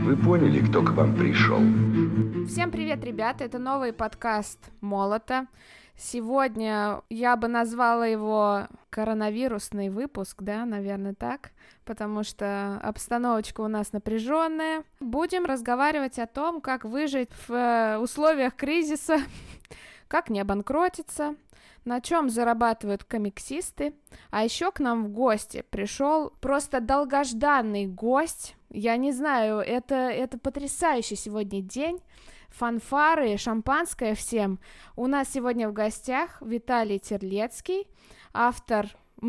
Вы поняли, кто к вам пришел? Всем привет, ребята! Это новый подкаст Молота. Сегодня я бы назвала его коронавирусный выпуск, да, наверное, так, потому что обстановочка у нас напряженная. Будем разговаривать о том, как выжить в условиях кризиса, как не обанкротиться, на чем зарабатывают комиксисты. А еще к нам в гости пришел просто долгожданный гость. Я не знаю, это потрясающий сегодня день. Фанфары, шампанское всем. У нас сегодня в гостях Виталий Терлецкий, автор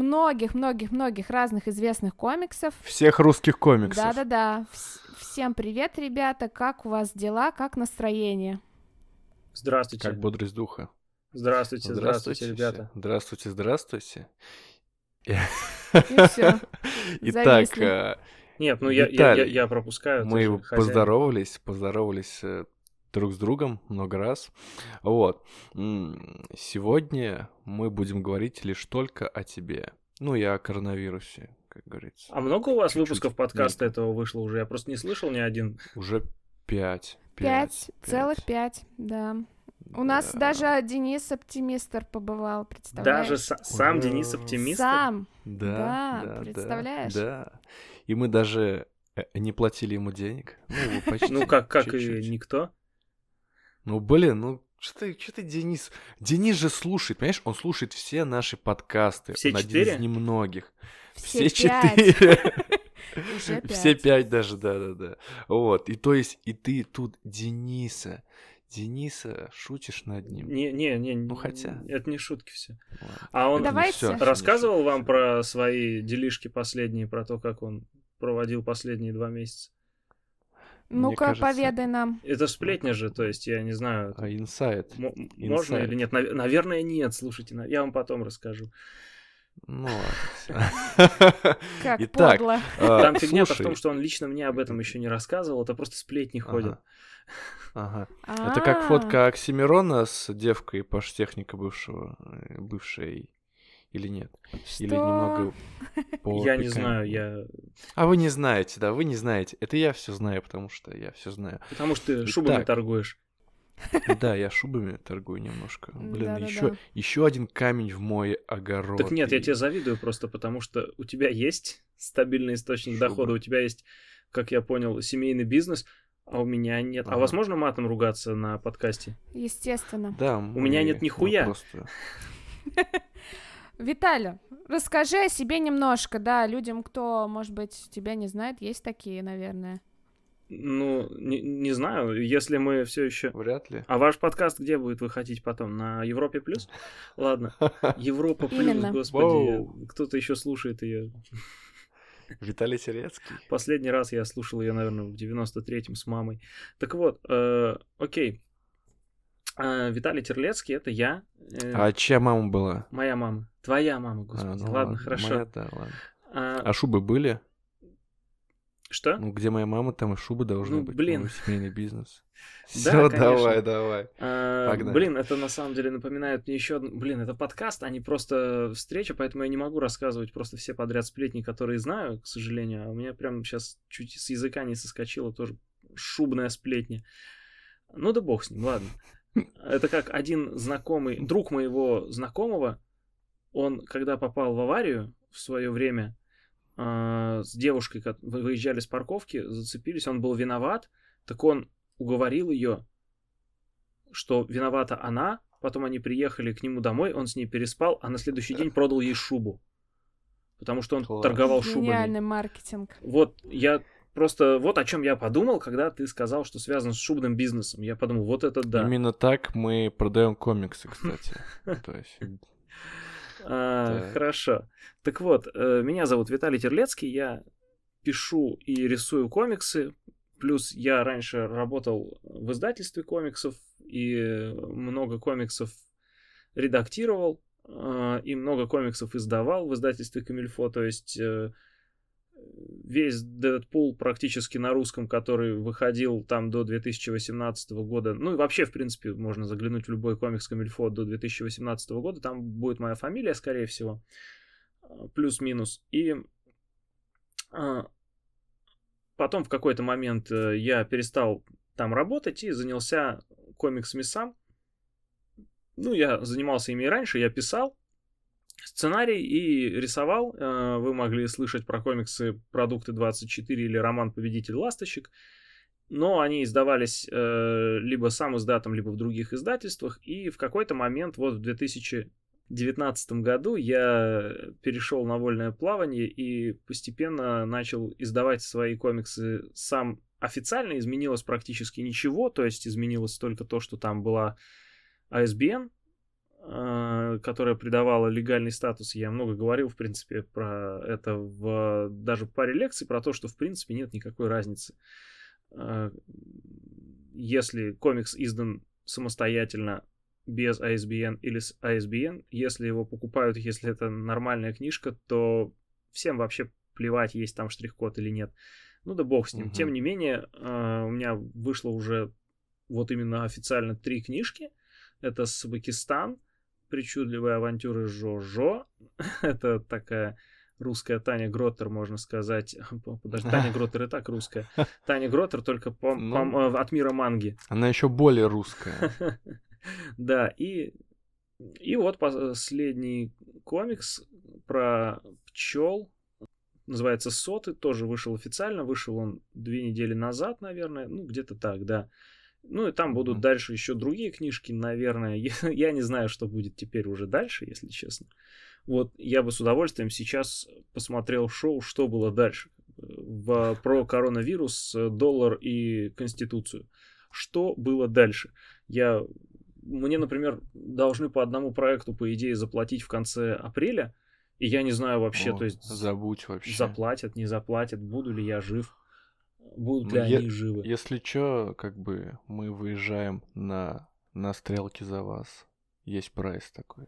многих разных известных комиксов. Всех русских комиксов. Да-да-да. Всем привет, ребята. Как у вас дела? Как настроение? Здравствуйте. Как бодрость духа. Здравствуйте, ребята. Здравствуйте. И все. Итак, нет, ну Виталий, я пропускаю. мы поздоровались друг с другом много раз. Вот. Сегодня мы будем говорить лишь только о тебе. Ну и о коронавирусе, как говорится. А много у вас выпусков подкаста этого вышло уже? Я просто не слышал ни один. Уже 5. 5, целых 5, да. У нас даже Денис Оптимистр побывал, представляешь? Даже сам Денис Оптимистр? Сам, да, представляешь? Да. И мы даже не платили ему денег. Ну, почти. Ну, как и никто. Ну, блин, что ты, Денис? Денис же слушает, понимаешь? Он слушает все наши подкасты. Все он 4? один из немногих. Все 4. Уже 5. Все 5 даже, да. Вот, и то есть, и ты тут Дениса шутишь над ним. Не. Ну, хотя. Это не шутки все. Ладно. А он Давайте. рассказывал вам про свои делишки последние, про то, как он проводил последние 2 месяца? Ну-ка, поведай нам. Это сплетня же, то есть, я не знаю. Инсайд. Можно или нет? Наверное, нет, слушайте, я вам потом расскажу. Ну ладно. Как Итак, подло. Там фигня-то в том, что он лично мне об этом еще не рассказывал, это просто сплетни ходят. Ага. Это как фотка Оксимирона с девкой Паштехника бывшей, или нет? Что? Или немного Я не знаю, А вы не знаете, да, вы не знаете. Это я все знаю, потому что я все знаю. Потому что ты шубами торгуешь. Да, я шубами торгую немножко. Блин, Да-да-да. еще один камень в мой огород. Так нет, я тебе завидую просто, потому что у тебя есть стабильный источник дохода, у тебя есть, как я понял, семейный бизнес, а у меня нет. А возможно матом ругаться на подкасте? Естественно. Да. У меня нет нихуя. Просто... Виталя, расскажи о себе немножко, да, людям, кто, может быть, тебя не знает, есть такие, наверное. Ну, не знаю, если мы все еще... Вряд ли. А ваш подкаст где будет выходить потом? На Европе Плюс? Ладно, Европа Плюс, Именно. господи, кто-то еще слушает ее. Виталий Терецкий. Последний раз я слушал ее, наверное, в 93-м с мамой. Так вот, окей. Виталий Терлецкий, это я. А чья мама была? Моя мама. Твоя мама, господи. Ладно, хорошо. Моя, да, ладно. А шубы были? Что? Ну, где моя мама, там и шубы должны быть. Блин. Семейный бизнес. Да, Все, давай. Погнали. Блин, это на самом деле напоминает мне еще одну... Блин, это подкаст, а не просто встреча, поэтому я не могу рассказывать просто все подряд сплетни, которые знаю, к сожалению. А у меня прям сейчас чуть с языка не соскочило тоже шубная сплетня. Ну да бог с ним, ладно. Это как один знакомый, друг моего знакомого, он, когда попал в аварию в свое время, с девушкой выезжали с парковки, зацепились, он был виноват, так он уговорил ее, что виновата она, потом они приехали к нему домой, он с ней переспал, а на следующий день продал ей шубу, потому что он торговал шубами. Гениальный маркетинг. Вот, я просто, вот о чем я подумал, когда ты сказал, что связан с шубным бизнесом, я подумал, вот это да. Именно так мы продаем комиксы, кстати. То есть... Хорошо. Так вот, меня зовут Виталий Терлецкий, я пишу и рисую комиксы, плюс я раньше работал в издательстве комиксов и много комиксов редактировал, и много комиксов издавал в издательстве Камильфо, то есть весь Дэдпул практически на русском, который выходил там до 2018 года, ну и вообще, в принципе, можно заглянуть в любой комикс Камильфо до 2018 года, там будет моя фамилия, скорее всего, плюс-минус. И потом в какой-то момент я перестал там работать и занялся комиксами сам. Ну, я занимался ими и раньше, я писал сценарий и рисовал. Вы могли слышать про комиксы «Продукты 24» или роман «Победитель ласточек». Но они издавались либо сам издатом, либо в других издательствах. И в какой-то момент, вот в 2019 году, я перешел на вольное плавание и постепенно начал издавать свои комиксы сам официально. Изменилось практически ничего, то есть изменилось только то, что там была ISBN, которая придавала легальный статус. Я много говорил, в принципе, про это даже в паре лекций, про то, что, в принципе, нет никакой разницы. Если комикс издан самостоятельно, без ISBN или с ISBN, если его покупают, если это нормальная книжка, то всем вообще плевать, есть там штрих-код или нет. Ну да бог с ним. Тем не менее, у меня вышло уже вот именно официально 3 книжки. Это «Собакистан», «Причудливые авантюры Жо-Жо». Это такая русская Таня Гроттер, можно сказать. Подожди, Таня Гроттер и так русская. Таня Гроттер только от мира манги. Она еще более русская. Да, и вот последний комикс про пчел. Называется «Соты», тоже вышел официально. Вышел он 2 недели назад, наверное. Ну, где-то так, да. Ну, и там будут дальше еще другие книжки, наверное. Я не знаю, что будет теперь уже дальше, если честно. Вот я бы с удовольствием сейчас посмотрел шоу «Что было дальше?» про коронавирус, доллар и Конституцию. Что было дальше? Мне, например, должны по одному проекту, по идее, заплатить в конце апреля, и я не знаю вообще, то есть... Забудь вообще. Заплатят, не заплатят, буду ли я жив, будут ли они живы. Если чё, как бы мы выезжаем на стрелке за вас. Есть прайс такой.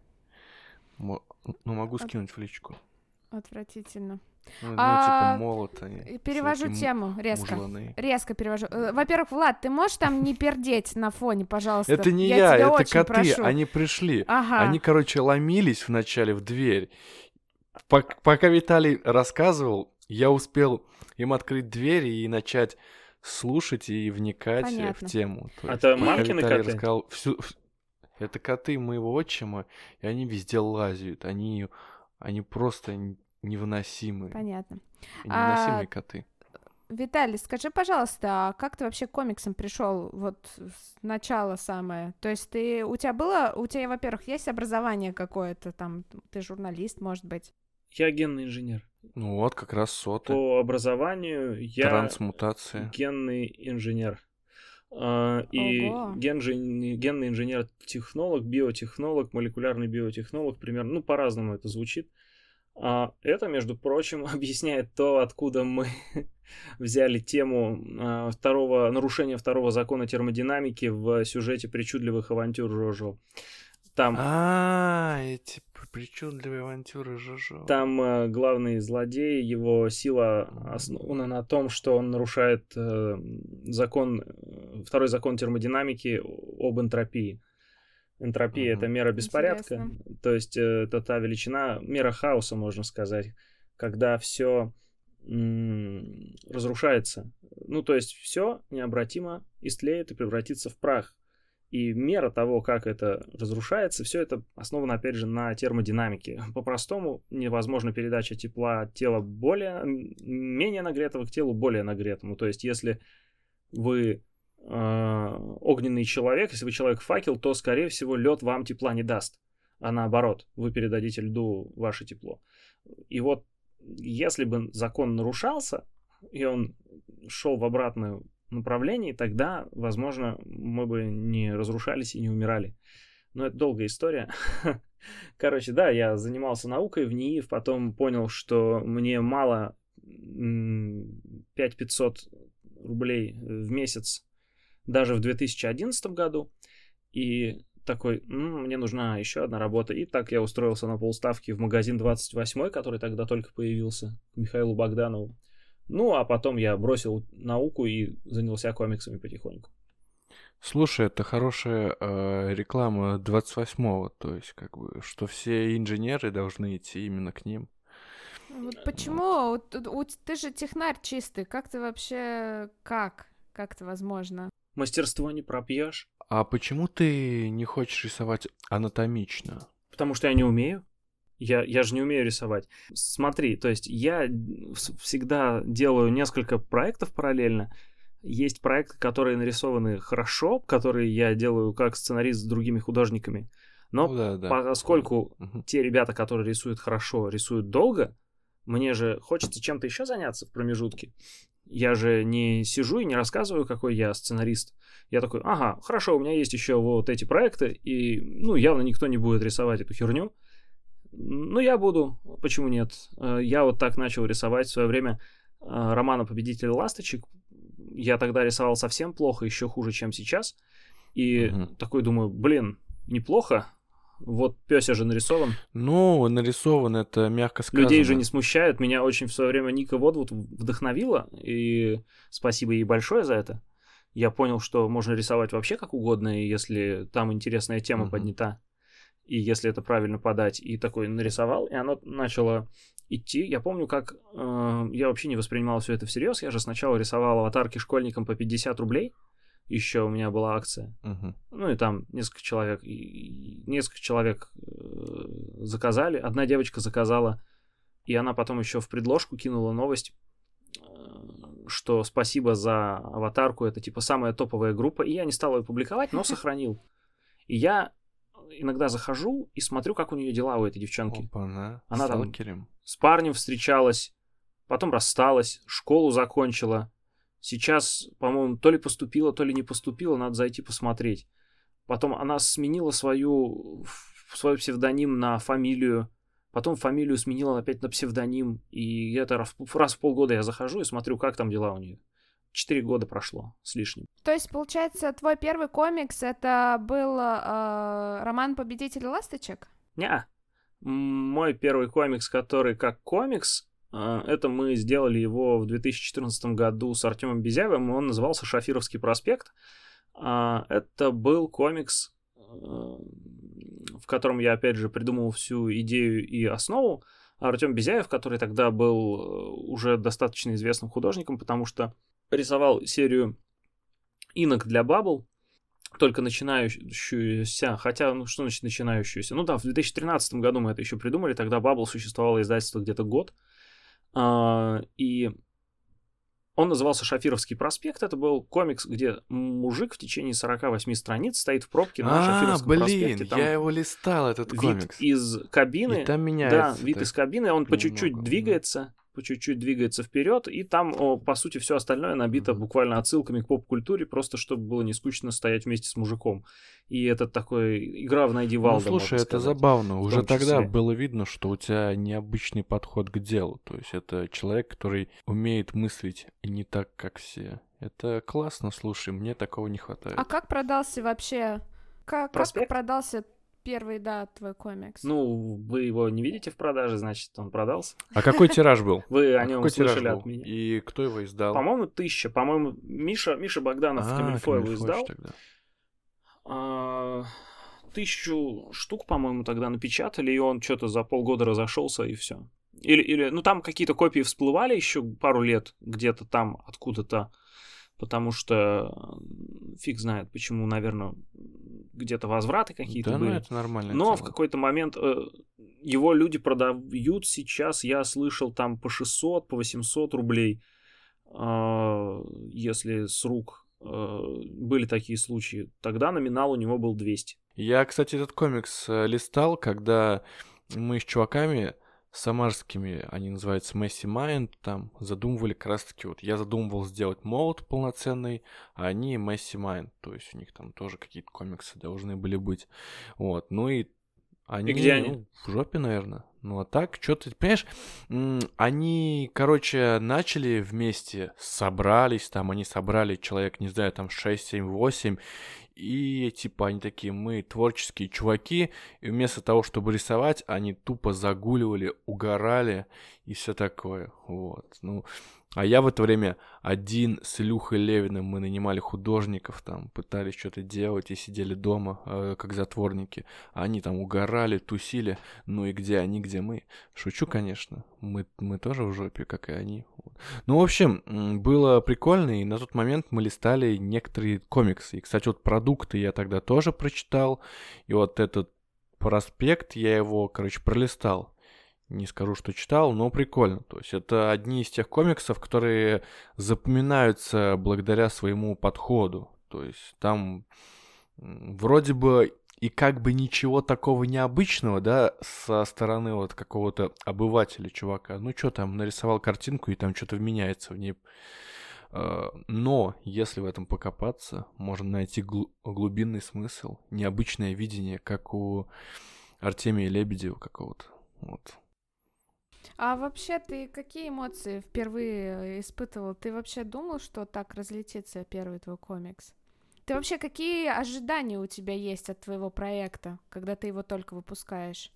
Могу скинуть в личку. Отвратительно. Типа молот. Перевожу тему резко. Мужланы. Резко перевожу. Во-первых, Влад, ты можешь там не пердеть на фоне, пожалуйста? Это не я, тебя это очень коты. прошу. Они пришли. Ага. Они, короче, ломились вначале в дверь. Пока Виталий рассказывал, я успел им открыть дверь и начать слушать и вникать Понятно. в тему. Это мамкины коты? Рассказал это коты моего отчима, и они везде лазят. Они просто невыносимые. Понятно. Невыносимые коты. Виталий, скажи, пожалуйста, а как ты вообще к комиксам пришел вот с начала самое? То есть у тебя, во-первых, есть образование какое-то там, ты журналист, может быть? Я генный инженер. Ну вот, как раз соты. По образованию я трансмутация. Генный инженер. И генный инженер-технолог, биотехнолог, молекулярный биотехнолог, примерно, ну, по-разному это звучит. Это, между прочим, объясняет то, откуда мы взяли тему нарушения второго закона термодинамики в сюжете «Причудливых авантюр Жо-Жо». Там... эти причудливые авантюры Жо-Жо. Там главный злодей, его сила основана на том, что он нарушает второй закон термодинамики об энтропии. Энтропия — это мера беспорядка, интересно. То есть это та величина, мера хаоса, можно сказать, когда все разрушается. Ну, то есть все необратимо истлеет и превратится в прах. И мера того, как это разрушается, все это основано, опять же, на термодинамике. По-простому, невозможна передача тепла от тела менее нагретого к телу более нагретому. То есть, если вы огненный человек, если вы человек-факел, то, скорее всего, лед вам тепла не даст. А наоборот, вы передадите льду ваше тепло. И вот, если бы закон нарушался, и он шел в обратную направлении, тогда, возможно, мы бы не разрушались и не умирали. Но это долгая история. Короче, да, я занимался наукой в НИИ, потом понял, что мне мало 5500 рублей в месяц даже в 2011 году. И такой, мне нужна еще одна работа. И так я устроился на полставки в магазин 28, который тогда только появился, к Михаилу Богданову. Ну, а потом я бросил науку и занялся комиксами потихоньку. Слушай, это хорошая реклама 28-го, то есть, как бы, что все инженеры должны идти именно к ним. Вот почему? Ты же технарь чистый. Как ты вообще... Как? Как это возможно? Мастерство не пропьешь. А почему ты не хочешь рисовать анатомично? Потому что я не умею. Я же не умею рисовать. Смотри, то есть я всегда делаю несколько проектов параллельно. Есть проекты, которые нарисованы хорошо, которые я делаю как сценарист с другими художниками. Но Ну да. поскольку Мгм. те ребята, которые рисуют хорошо, рисуют долго, мне же хочется чем-то еще заняться в промежутке. Я же не сижу и не рассказываю, какой я сценарист. Я такой, ага, хорошо, у меня есть еще вот эти проекты, и, ну, явно никто не будет рисовать эту херню. Ну, я буду, почему нет? Я вот так начал рисовать в свое время романа «Победитель ласточек». Я тогда рисовал совсем плохо, еще хуже, чем сейчас. И Мгм. такой думаю, блин, неплохо. Вот Пёся же нарисован. Ну, нарисован, это мягко сказано. Людей же не смущает. Меня очень в свое время Ника Водвуд вдохновила. И спасибо ей большое за это. Я понял, что можно рисовать вообще как угодно, и если там интересная тема Мгм. поднята, и если это правильно подать. И такой нарисовал, и оно начало идти. Я помню, как я вообще не воспринимал все это всерьез. Я же сначала рисовал аватарки школьникам по 50 рублей. Еще у меня была акция. Мгм. Ну и там несколько человек заказали. Одна девочка заказала, и она потом еще в предложку кинула новость, что спасибо за аватарку, это типа самая топовая группа. И я не стал ее публиковать, но сохранил. И я иногда захожу и смотрю, как у нее дела у этой девчонки. Опа-на, Она там сталкерим. с парнем встречалась, потом рассталась, школу закончила. Сейчас, по-моему, то ли поступила, то ли не поступила, надо зайти посмотреть. Потом она сменила свой псевдоним на фамилию, потом фамилию сменила опять на псевдоним, и это раз в полгода я захожу и смотрю, как там дела у нее. 4 года прошло с лишним. То есть, получается, твой первый комикс это был роман «Победитель ласточек»? Неа. Мой первый комикс, который как комикс, это мы сделали его в 2014 году с Артемом Безяевым, он назывался «Шафировский проспект». Это был комикс, в котором я, опять же, придумал всю идею и основу. Артем Безяев, который тогда был уже достаточно известным художником, потому что рисовал серию инок для Bubble, только начинающуюся, хотя, ну что значит начинающуюся? Ну да, в 2013 году мы это еще придумали, тогда Bubble существовало издательство где-то год, и он назывался «Шафировский проспект», это был комикс, где мужик в течение 48 страниц стоит в пробке на Шафировском проспекте. Там я его листал, этот комикс. вид из кабины, И там да, меняется. вид так из кабины, он по чуть-чуть понемногу. двигается вперед, и там, по сути, все остальное набито Мгм. буквально отсылками к поп-культуре, просто чтобы было не скучно стоять вместе с мужиком. И это такой игра в «Найди Ну, Валда», слушай, можно это сказать. забавно. Уже том тогда числе. было видно, что у тебя необычный подход к делу. То есть это человек, который умеет мыслить и не так, как все. Это классно, слушай, мне такого не хватает. А как продался вообще? Как Проспект? продался первый, да, твой комикс? Ну, вы его не видите в продаже, значит, он продался. А какой тираж был? Вы о А нем какой тираж слышали был? от меня. И кто его издал? По-моему, 1000. По-моему, Миша Богданов Камильфо его Камильфо издал. еще тогда. 1000 штук, по-моему, тогда напечатали, и он что-то за полгода разошелся, и все. Или, ну, там какие-то копии всплывали еще пару лет, где-то там, откуда-то, потому что фиг знает, почему, наверное, где-то возвраты какие-то Да, ну были. это нормально. Но в какой-то момент его люди продают сейчас, я слышал, там по 600, по 800 рублей, если с рук были такие случаи. Тогда номинал у него был 200. Я, кстати, этот комикс листал, когда мы с чуваками самарскими, они называются Messy Mind, там задумывали как раз-таки, вот я задумывал сделать молот полноценный, а они Messy Mind, то есть у них там тоже какие-то комиксы должны были быть. Вот, ну и они, где они? ну, в жопе, наверное. Ну а так, что-то, понимаешь, они, короче, начали вместе, собрались, там, они собрали человек, не знаю, там 6, 7, 8, и типа они такие, мы творческие чуваки, и вместо того, чтобы рисовать, они тупо загуливали, угорали и все такое, вот. Ну, А я в это время один с Илюхой Левиным, мы нанимали художников, там, пытались что-то делать и сидели дома, как затворники. А они там угорали, тусили. Ну и где они, где мы? Шучу, конечно. Мы тоже в жопе, как и они. Ну, в общем, было прикольно, и на тот момент мы листали некоторые комиксы. И, кстати, вот «Продукты» я тогда тоже прочитал, и вот этот проспект, я его, короче, пролистал. Не скажу, что читал, но прикольно. То есть это одни из тех комиксов, которые запоминаются благодаря своему подходу. То есть там вроде бы и как бы ничего такого необычного, да, со стороны вот какого-то обывателя, чувака. Ну что там, нарисовал картинку и там что-то меняется в ней. Но если в этом покопаться, можно найти глубинный смысл, необычное видение, как у Артемия Лебедева какого-то. Вот. А вообще ты какие эмоции впервые испытывал? Ты вообще думал, что так разлетится первый твой комикс? Ты вообще какие ожидания у тебя есть от твоего проекта, когда ты его только выпускаешь?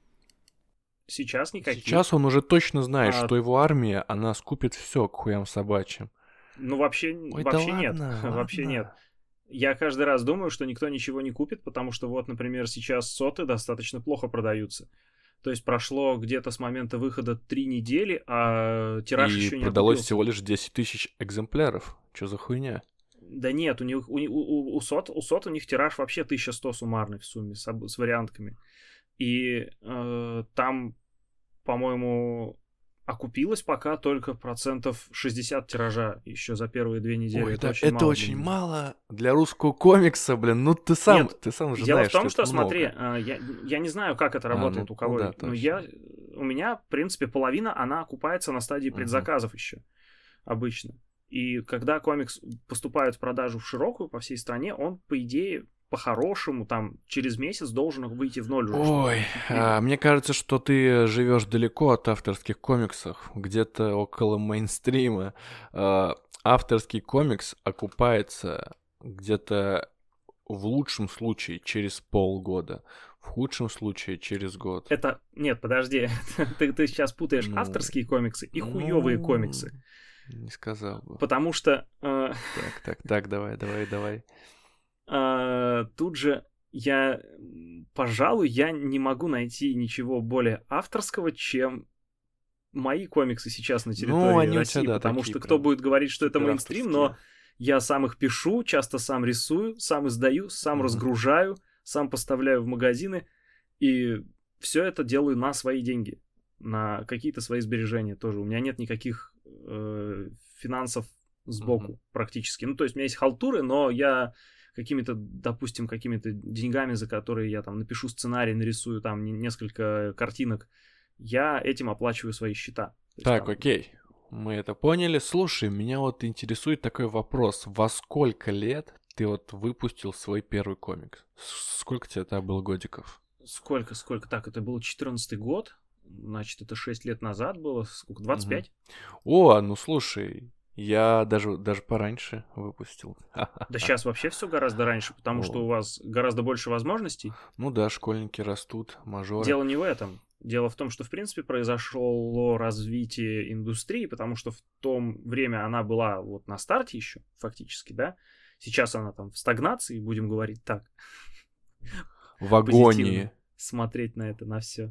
Сейчас никаких. Сейчас он уже точно знает, что его армия, она скупит все к хуям собачьим. Ну, вообще Ой, вообще да нет. ладно, Вообще ладно. нет. Я каждый раз думаю, что никто ничего не купит, потому что вот, например, сейчас соты достаточно плохо продаются. То есть прошло где-то с момента выхода 3 недели, а тираж И еще не продалось окупился. всего лишь 10 тысяч экземпляров. Что за хуйня? Да нет, у них у сот у них тираж вообще 1100 суммарный в сумме с вариантками. И там, по-моему, окупилось пока только процентов 60 тиража еще за первые 2 недели. Ой, это да, очень это мало. очень мало для русского комикса, блин. Ну ты сам, Нет, ты сам же дело знаешь, в том, что что это смотри, много. я не знаю, как это работает ну, у кого, ну да, но точно. у меня, в принципе, половина, она окупается на стадии Мгм. предзаказов еще обычно. И когда комикс поступает в продажу в широкую по всей стране, он, по идее, по-хорошему, там, через месяц должен выйти в ноль уже. Ой, мне кажется, что ты живешь далеко от авторских комиксов, где-то около мейнстрима. Авторский комикс окупается где-то в лучшем случае через полгода, в худшем случае через год. Это... Нет, подожди, ты сейчас путаешь Ну, авторские комиксы и хуёвые комиксы. Не сказал бы. Потому что... Так, давай. Тут же пожалуй, я не могу найти ничего более авторского, чем мои комиксы сейчас на территории они у России, тебя, да, потому такие что кто прям будет говорить, что это мейнстрим, но суперавторские. я сам их пишу, часто сам рисую, сам издаю, сам Мгм. разгружаю, сам поставляю в магазины, и все это делаю на свои деньги, на какие-то свои сбережения тоже. У меня нет никаких финансов сбоку практически. Ну, то есть у меня есть халтуры, но я допустим, какими-то деньгами, за которые я там напишу сценарий, нарисую там несколько картинок, я этим оплачиваю свои счета. То есть, Так, там, окей. Мы это поняли. Слушай, меня вот интересует такой вопрос. Во сколько лет ты вот выпустил свой первый комикс? Сколько тебе тогда было годиков? Сколько? Так, это был 14-й год, значит, это 6 лет назад было, сколько, 25? О, ну слушай, я даже пораньше выпустил. Да сейчас вообще все гораздо раньше, потому что у вас гораздо больше возможностей. Ну да, школьники растут, мажоры. Дело не в этом. Дело в том, что, в принципе, произошло развитие индустрии, потому что в то время она была вот на старте еще, фактически, да. Сейчас она там в стагнации, будем говорить так. В агонии. Позитивно смотреть на это, на все.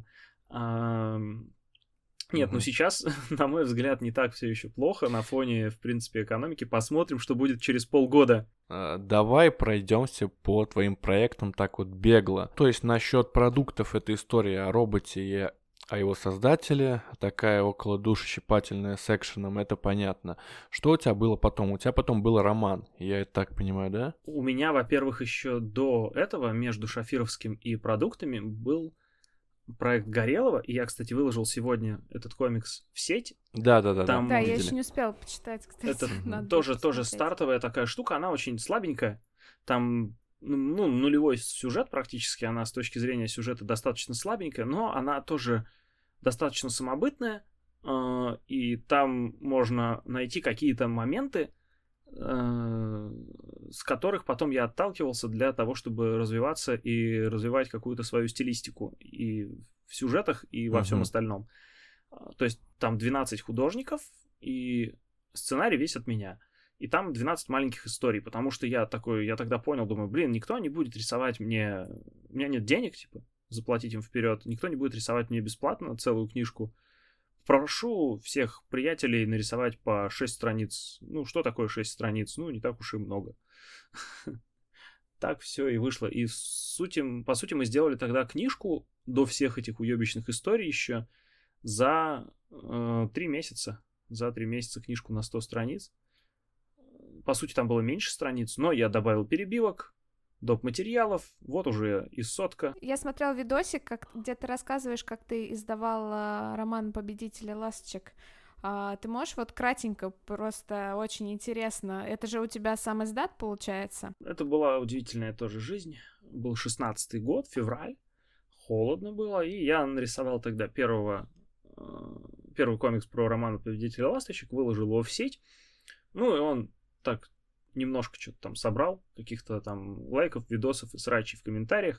Нет, ну сейчас, на мой взгляд, не так все еще плохо на фоне, в принципе, экономики. Посмотрим, что будет через полгода. Давай пройдемся по твоим проектам так вот бегло. То есть насчет продуктов это история о роботе и о его создателе, такая около душещипательная с экшеном, это понятно. Что у тебя было потом? У тебя потом был роман, я это так понимаю, да? У меня, во-первых, еще до этого между Шафировским и продуктами был проект Горелого, и я, кстати, выложил сегодня этот комикс в сеть. Да. Там Да, я еще не успела почитать, кстати. Это Надо тоже посмотреть. стартовая такая штука, она очень слабенькая. Там, ну, нулевой сюжет практически, она с точки зрения сюжета достаточно слабенькая, но она тоже достаточно самобытная, и там можно найти какие-то моменты, с которых потом я отталкивался для того, чтобы развиваться и развивать какую-то свою стилистику и в сюжетах, и во всем остальном. То есть там 12 художников, и сценарий весь от меня. И там 12 маленьких историй, потому что я тогда понял, думаю, никто не будет рисовать мне... У меня нет денег, типа, заплатить им вперед. Никто не будет рисовать мне бесплатно целую книжку. Прошу всех приятелей нарисовать по 6 страниц. Ну, что такое 6 страниц? Ну, не так уж и много. Так все и вышло. И по сути, мы сделали тогда книжку до всех этих уебищных историй еще за 3 месяца. За 3 месяца книжку на 100 страниц. По сути, там было меньше страниц, но я добавил перебивок, доп. Материалов, вот уже и 100. Я смотрел видосик, где ты рассказываешь, как ты издавал роман «Победителя ласточек». Ты можешь вот кратенько, просто очень интересно, это же у тебя сам издат получается? Это была удивительная тоже жизнь, был 16-й год, февраль, холодно было, и я нарисовал тогда первый комикс про роман «Победителя ласточек», выложил его в сеть, ну и он так немножко что-то там собрал, каких-то там лайков, видосов и срачей в комментариях.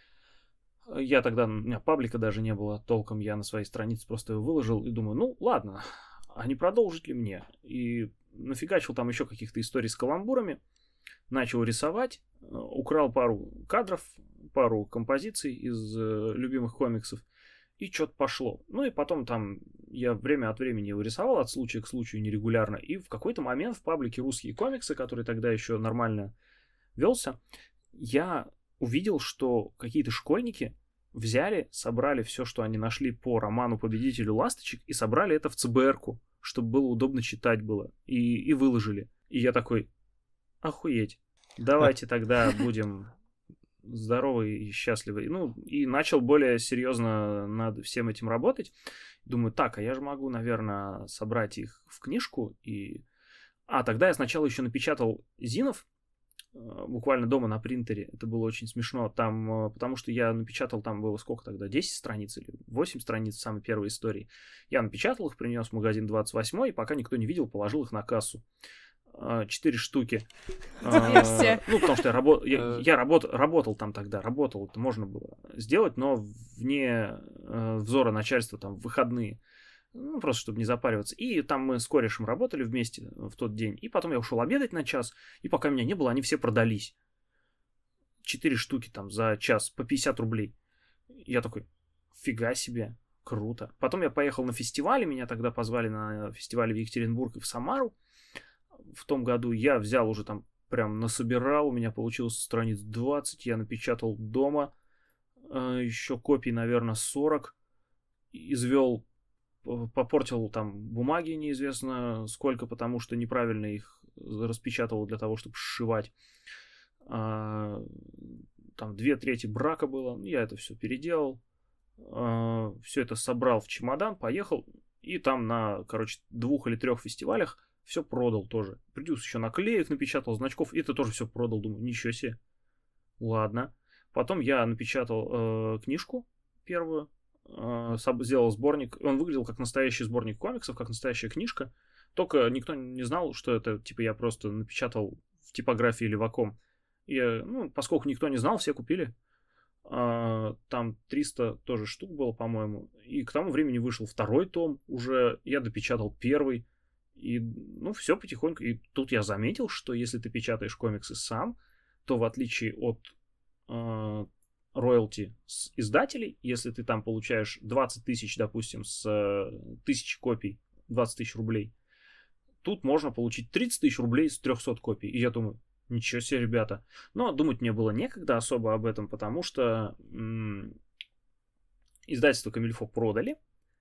У меня паблика даже не было толком, я на своей странице просто его выложил и думаю, ну ладно, а не продолжить ли мне? И нафигачил там еще каких-то историй с каламбурами, начал рисовать, украл пару кадров, пару композиций из любимых комиксов, и что-то пошло. Ну и потом там я время от времени его рисовал, от случая к случаю, нерегулярно. И в какой-то момент в паблике «Русские комиксы», который тогда еще нормально велся, я увидел, что какие-то школьники взяли, собрали все, что они нашли по роману «Победителю ласточек», и собрали это в ЦБРку, чтобы было удобно читать было. И выложили. И я такой, охуеть, давайте тогда будем... здоровый и счастливый. Ну, и начал более серьезно над всем этим работать. Думаю, так, а я же могу, наверное, собрать их в книжку. Тогда я сначала еще напечатал зинов, буквально дома на принтере. Это было очень смешно. Там, потому что я напечатал, там было сколько тогда? 10 страниц или 8 страниц самой первой истории. Я напечатал их, принес в магазин 28, и пока никто не видел, положил их на кассу. 4 штуки. Ну, потому что я работал там тогда, это можно было сделать, но вне взора начальства, там, в выходные. Ну, просто, чтобы не запариваться. И там мы с корешем работали вместе в тот день. И потом я ушел обедать на час, и пока меня не было, они все продались. 4 штуки там за час по 50 рублей. Я такой, фига себе, круто. Потом я поехал на фестивали, меня тогда позвали на фестиваль в Екатеринбург и в Самару. В том году я взял уже там, прям насобирал, у меня получилось страниц 20, я напечатал дома, еще копий, наверное, 40, извел, попортил там бумаги неизвестно сколько, потому что неправильно их распечатал для того, чтобы сшивать. Там 2/3 брака было, я это все переделал, все это собрал в чемодан, поехал, и там на, 2 или 3 фестивалях все продал тоже. Плюс еще наклеек напечатал, значков. И это тоже все продал. Думаю, ничего себе. Ладно. Потом я напечатал книжку первую. Сделал сборник. Он выглядел как настоящий сборник комиксов, как настоящая книжка. Только никто не знал, что это, типа, я просто напечатал в типографии леваком. И, поскольку никто не знал, все купили. Там 300 тоже штук было, по-моему. И к тому времени вышел 2 том. Уже я допечатал 1. И, все потихоньку. И тут я заметил, что если ты печатаешь комиксы сам, то в отличие от роялти с издателей, если ты там получаешь 20 тысяч, допустим, с 1000 копий, 20 тысяч рублей, тут можно получить 30 тысяч рублей с 300 копий. И я думаю, ничего себе, ребята. Но думать мне было некогда особо об этом, потому что издательство Камильфо продали.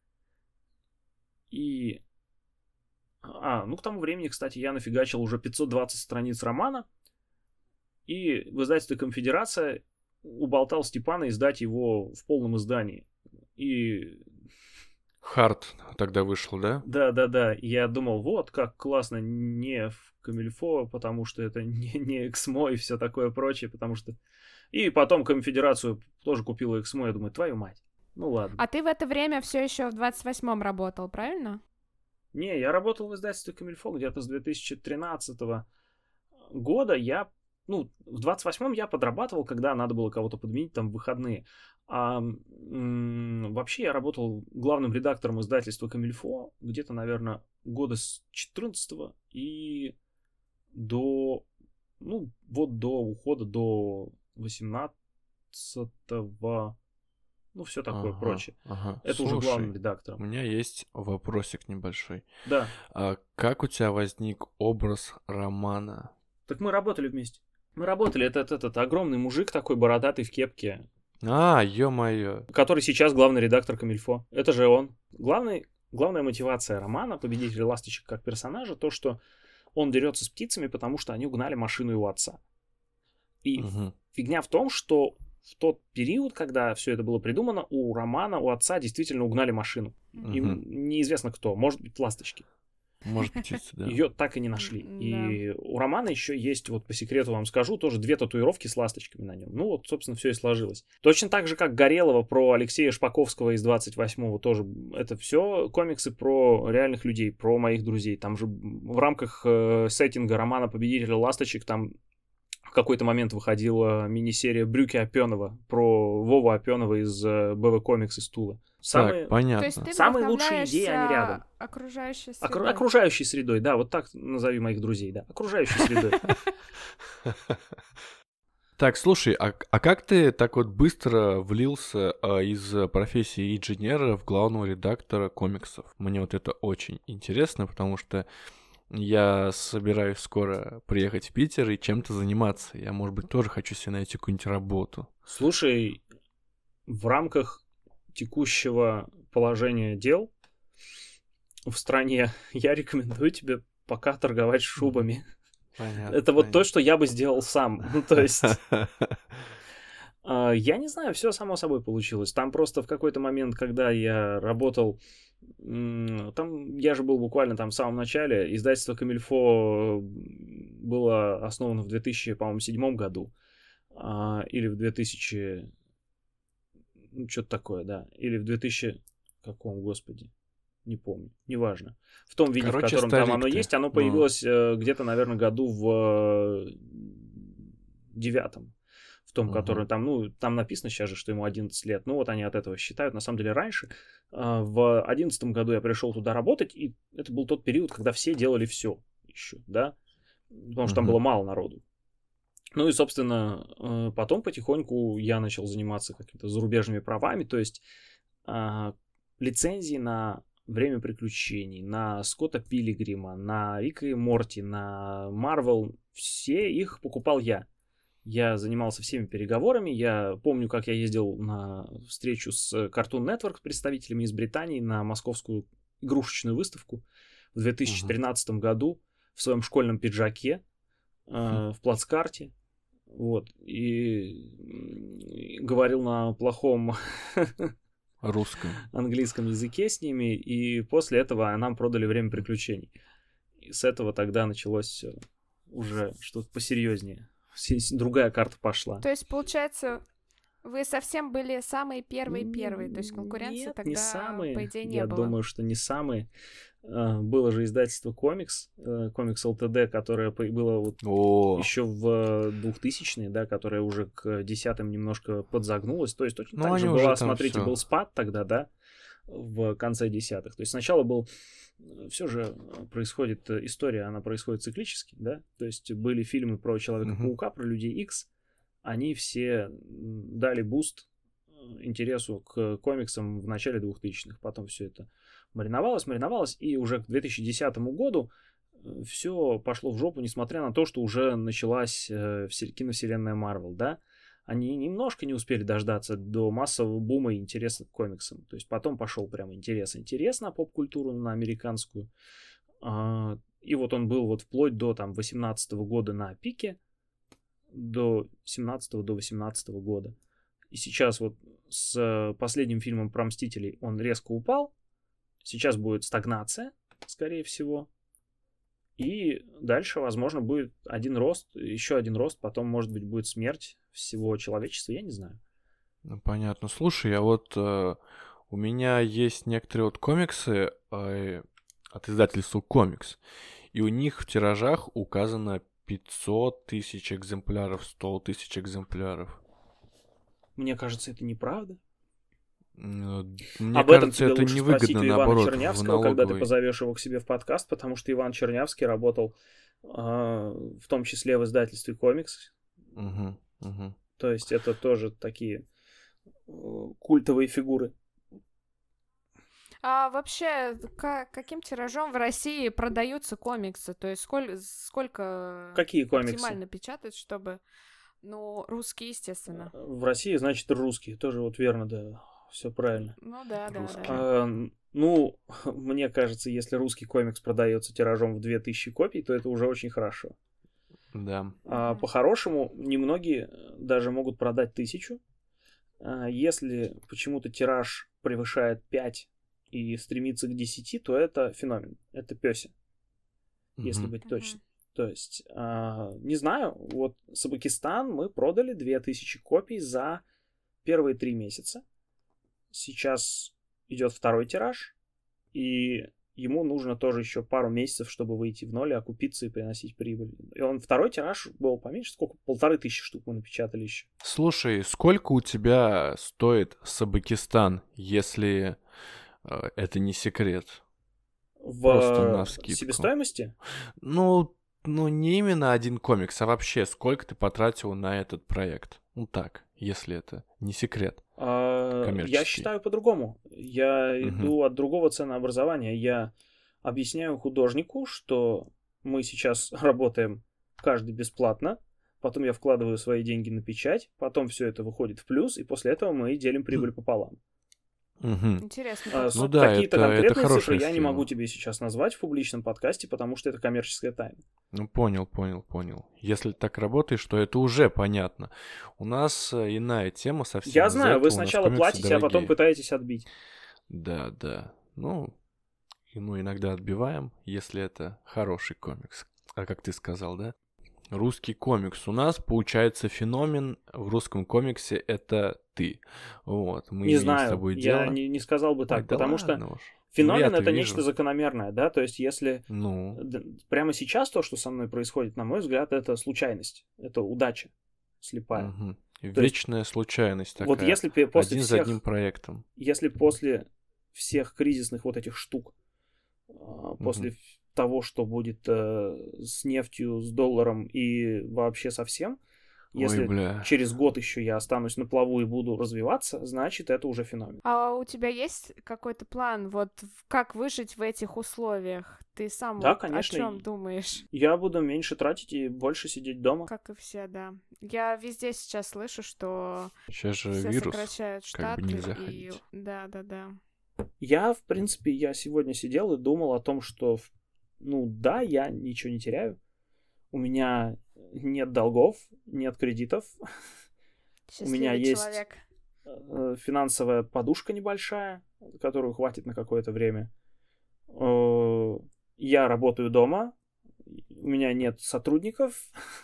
И... к тому времени, кстати, я нафигачил уже 520 страниц романа. И в издательстве «Конфедерация» уболтал Степана издать его в полном издании. И... Хард тогда вышел, да? Да. Я думал, вот, как классно не в Камильфо, потому что это не Эксмо и все такое прочее, потому что... И потом Конфедерацию тоже купила Эксмо, я думаю, твою мать. Ну ладно. А ты в это время все еще в 28-м работал, правильно? Не, я работал в издательстве Камильфо где-то с 2013 года. В 28-м я подрабатывал, когда надо было кого-то подменить там в выходные. Вообще я работал главным редактором издательства «Комильфо» где-то, наверное, года с 14-го и до ухода до 18-го, все такое прочее. Это Слушай, уже главным у редактором. меня есть вопросик небольшой. Да. Как у тебя возник образ Романа? Так мы работали вместе. Мы работали. Этот огромный мужик такой бородатый в кепке. Ё-моё. Который сейчас главный редактор «Комильфо». Это же он. Главная мотивация Романа, победителя ласточек как персонажа, то, что он дерется с птицами, потому что они угнали машину его отца. И фигня в том, что в тот период, когда все это было придумано, у Романа, у отца действительно угнали машину. Им неизвестно кто, может быть, ласточки. Может быть, да. Ее так и не нашли. И у Романа еще есть, вот по секрету вам скажу, тоже 2 татуировки с ласточками на нем. Собственно, все и сложилось. Точно так же, как Горелого про Алексея Шпаковского из 28-го тоже. Это все комиксы про реальных людей, про моих друзей. Там же в рамках сеттинга романа «Победителя ласточек» там в какой-то момент выходила мини-серия Брюки Опенова про Вову Опенова из БВ Комикс из Тула. Так, понятно. То есть ты самые лучшие идеи, они рядом. Окружающей средой. Окружающей средой, да, вот так назови моих друзей, да. Окружающей средой. Так, слушай, а как ты так вот быстро влился из профессии инженера в главного редактора комиксов? Мне вот это очень интересно, потому что я собираюсь скоро приехать в Питер и чем-то заниматься. Я, может быть, тоже хочу себе найти какую-нибудь работу. Слушай, в рамках текущего положения дел в стране я рекомендую тебе пока торговать шубами. Понятно. Это вот то, что я бы сделал сам. То есть... Я не знаю, все само собой получилось. Там просто в какой-то момент, когда я работал, там я же был буквально там в самом начале, издательство «Комильфо» было основано в 2007 году, или в 2000... что-то такое, да, или в 2000... каком, господи, не помню, неважно. В том виде, в котором там оно есть, оно появилось где-то, наверное, году в 9-м. В том, который там, там написано сейчас же, что ему 11 лет. Они от этого считают. На самом деле, раньше, в 11 году я пришел туда работать, и это был тот период, когда все делали все еще, да, потому что там было мало народу. И, собственно, потом потихоньку я начал заниматься какими-то зарубежными правами, то есть лицензии на «Время приключений», на Скотта Пилигрима, на Рика и Морти, на Марвел, все их покупал я. Я занимался всеми переговорами. Я помню, как я ездил на встречу с Cartoon Network, представителями из Британии, на московскую игрушечную выставку в 2013 году в своем школьном пиджаке в плацкарте. И говорил на плохом русском английском языке с ними. И после этого нам продали «Время приключений». И с этого тогда началось уже что-то посерьезнее. Другая карта пошла. То есть, получается, вы совсем были самые первые, то есть конкуренции тогда, не самые. По идее, не Я было. думаю, что не самые. Было же издательство «Комикс», «Комикс ЛТД», которое было еще в 2000-е, да, которое уже к 10-м немножко подзагнулось. То есть точно так же была, смотрите, был спад тогда, да, в конце 10-х. То есть сначала был... Все же происходит история, она происходит циклически, да, то есть были фильмы про Человека-паука, про Людей Икс, они все дали буст интересу к комиксам в начале 2000-х, потом все это мариновалось, и уже к 2010 году все пошло в жопу, несмотря на то, что уже началась киновселенная Марвел, да. Они немножко не успели дождаться до массового бума и интереса к комиксам. То есть потом пошел прям интерес на поп-культуру, на американскую. И вот он был вплоть до 18-го года на пике, до 17-го, до 18-го года. И сейчас с последним фильмом про Мстителей он резко упал. Сейчас будет стагнация, скорее всего. И дальше, возможно, будет еще один рост, потом, может быть, будет смерть всего человечества, я не знаю. Понятно. Слушай, у меня есть некоторые комиксы от издательства «Комикс», и у них в тиражах указано 500 тысяч экземпляров, 100 тысяч экземпляров. Мне кажется, это неправда. Мне Об этом кажется, тебе это лучше невыгодно, спросить у Ивана наоборот, в Чернявского, когда ты налоговой. позовешь его к себе в подкаст, потому что Иван Чернявский работал в том числе в издательстве «Комикс». Мгм, мгм. То есть это тоже такие культовые фигуры. А вообще, каким тиражом в России продаются комиксы? То есть сколько Какие комиксы? оптимально печатать, чтобы... Ну, русские, естественно. В России, значит, русские. Тоже вот верно, да. Все правильно. Ну да, да, Русские. да. Ну, мне кажется, если русский комикс продается тиражом в 2000 копий, то это уже очень хорошо. Да. Мгм. По-хорошему, немногие даже могут продать 1000. Если почему-то тираж превышает 5 и стремится к 10, то это феномен. Это пёся, если Мгм. быть Мгм. точным. То есть, не знаю, вот Собакистан мы продали 2000 копий за первые 3 месяца. Сейчас идет второй тираж, и ему нужно тоже еще пару месяцев, чтобы выйти в ноль, окупиться и приносить прибыль. И второй тираж был поменьше, сколько? 1500 штук мы напечатали еще. Слушай, сколько у тебя стоит Собакистан, если это не секрет? Просто на В вскидку. себестоимости? Ну, не именно один комикс, а вообще, сколько ты потратил на этот проект? Ну так, если это не секрет. Я Коммерческий. считаю по-другому. Я Мгм. иду от другого ценообразования. Я объясняю художнику, что мы сейчас работаем каждый бесплатно, потом я вкладываю свои деньги на печать, потом все это выходит в плюс, и после этого мы делим прибыль пополам. Мгм. Интересный А, подход. Ну да, Какие-то это конкретные хорошая цифры я не схема. могу тебе сейчас назвать в публичном подкасте, потому что это коммерческая тайна. Ну, понял. Если ты так работаешь, то это уже понятно. У нас иная тема совсем. Я Из-за знаю, вы этого у нас сначала комиксы платите, а потом дорогие. пытаетесь отбить. Да. Ну, иногда отбиваем, если это хороший комикс. А как ты сказал, да? Русский комикс. У нас, получается, феномен в русском комиксе — это ты. Вот, мы Не имеем с знаю, тобой я дело. не сказал бы так, Ой, да потому что ладно уж. феномен я-то это вижу. нечто закономерное, да, то есть если Ну, прямо сейчас то, что со мной происходит, на мой взгляд, это случайность, это удача слепая. мгм. есть Вечная случайность такая. Вот если после Один за всех, одним проектом. если после всех кризисных вот этих штук, после того, что будет с нефтью, с долларом и вообще со всем, если Ой, бля. через год еще я останусь на плаву и буду развиваться, значит, это уже феномен. А у тебя есть какой-то план, вот как выжить в этих условиях? Ты сам Да, вот конечно. о чем думаешь? Я буду меньше тратить и больше сидеть дома. Как и все, да. Я везде сейчас слышу, что Сейчас же все вирус. сокращают как штаты. бы нельзя и... ходить. Да. Я, в принципе, я сегодня сидел и думал о том, что, да, я ничего не теряю. У меня нет долгов, нет кредитов. У меня Счастливый есть человек. финансовая подушка небольшая, которую хватит на какое-то время. Я работаю дома, у меня нет сотрудников.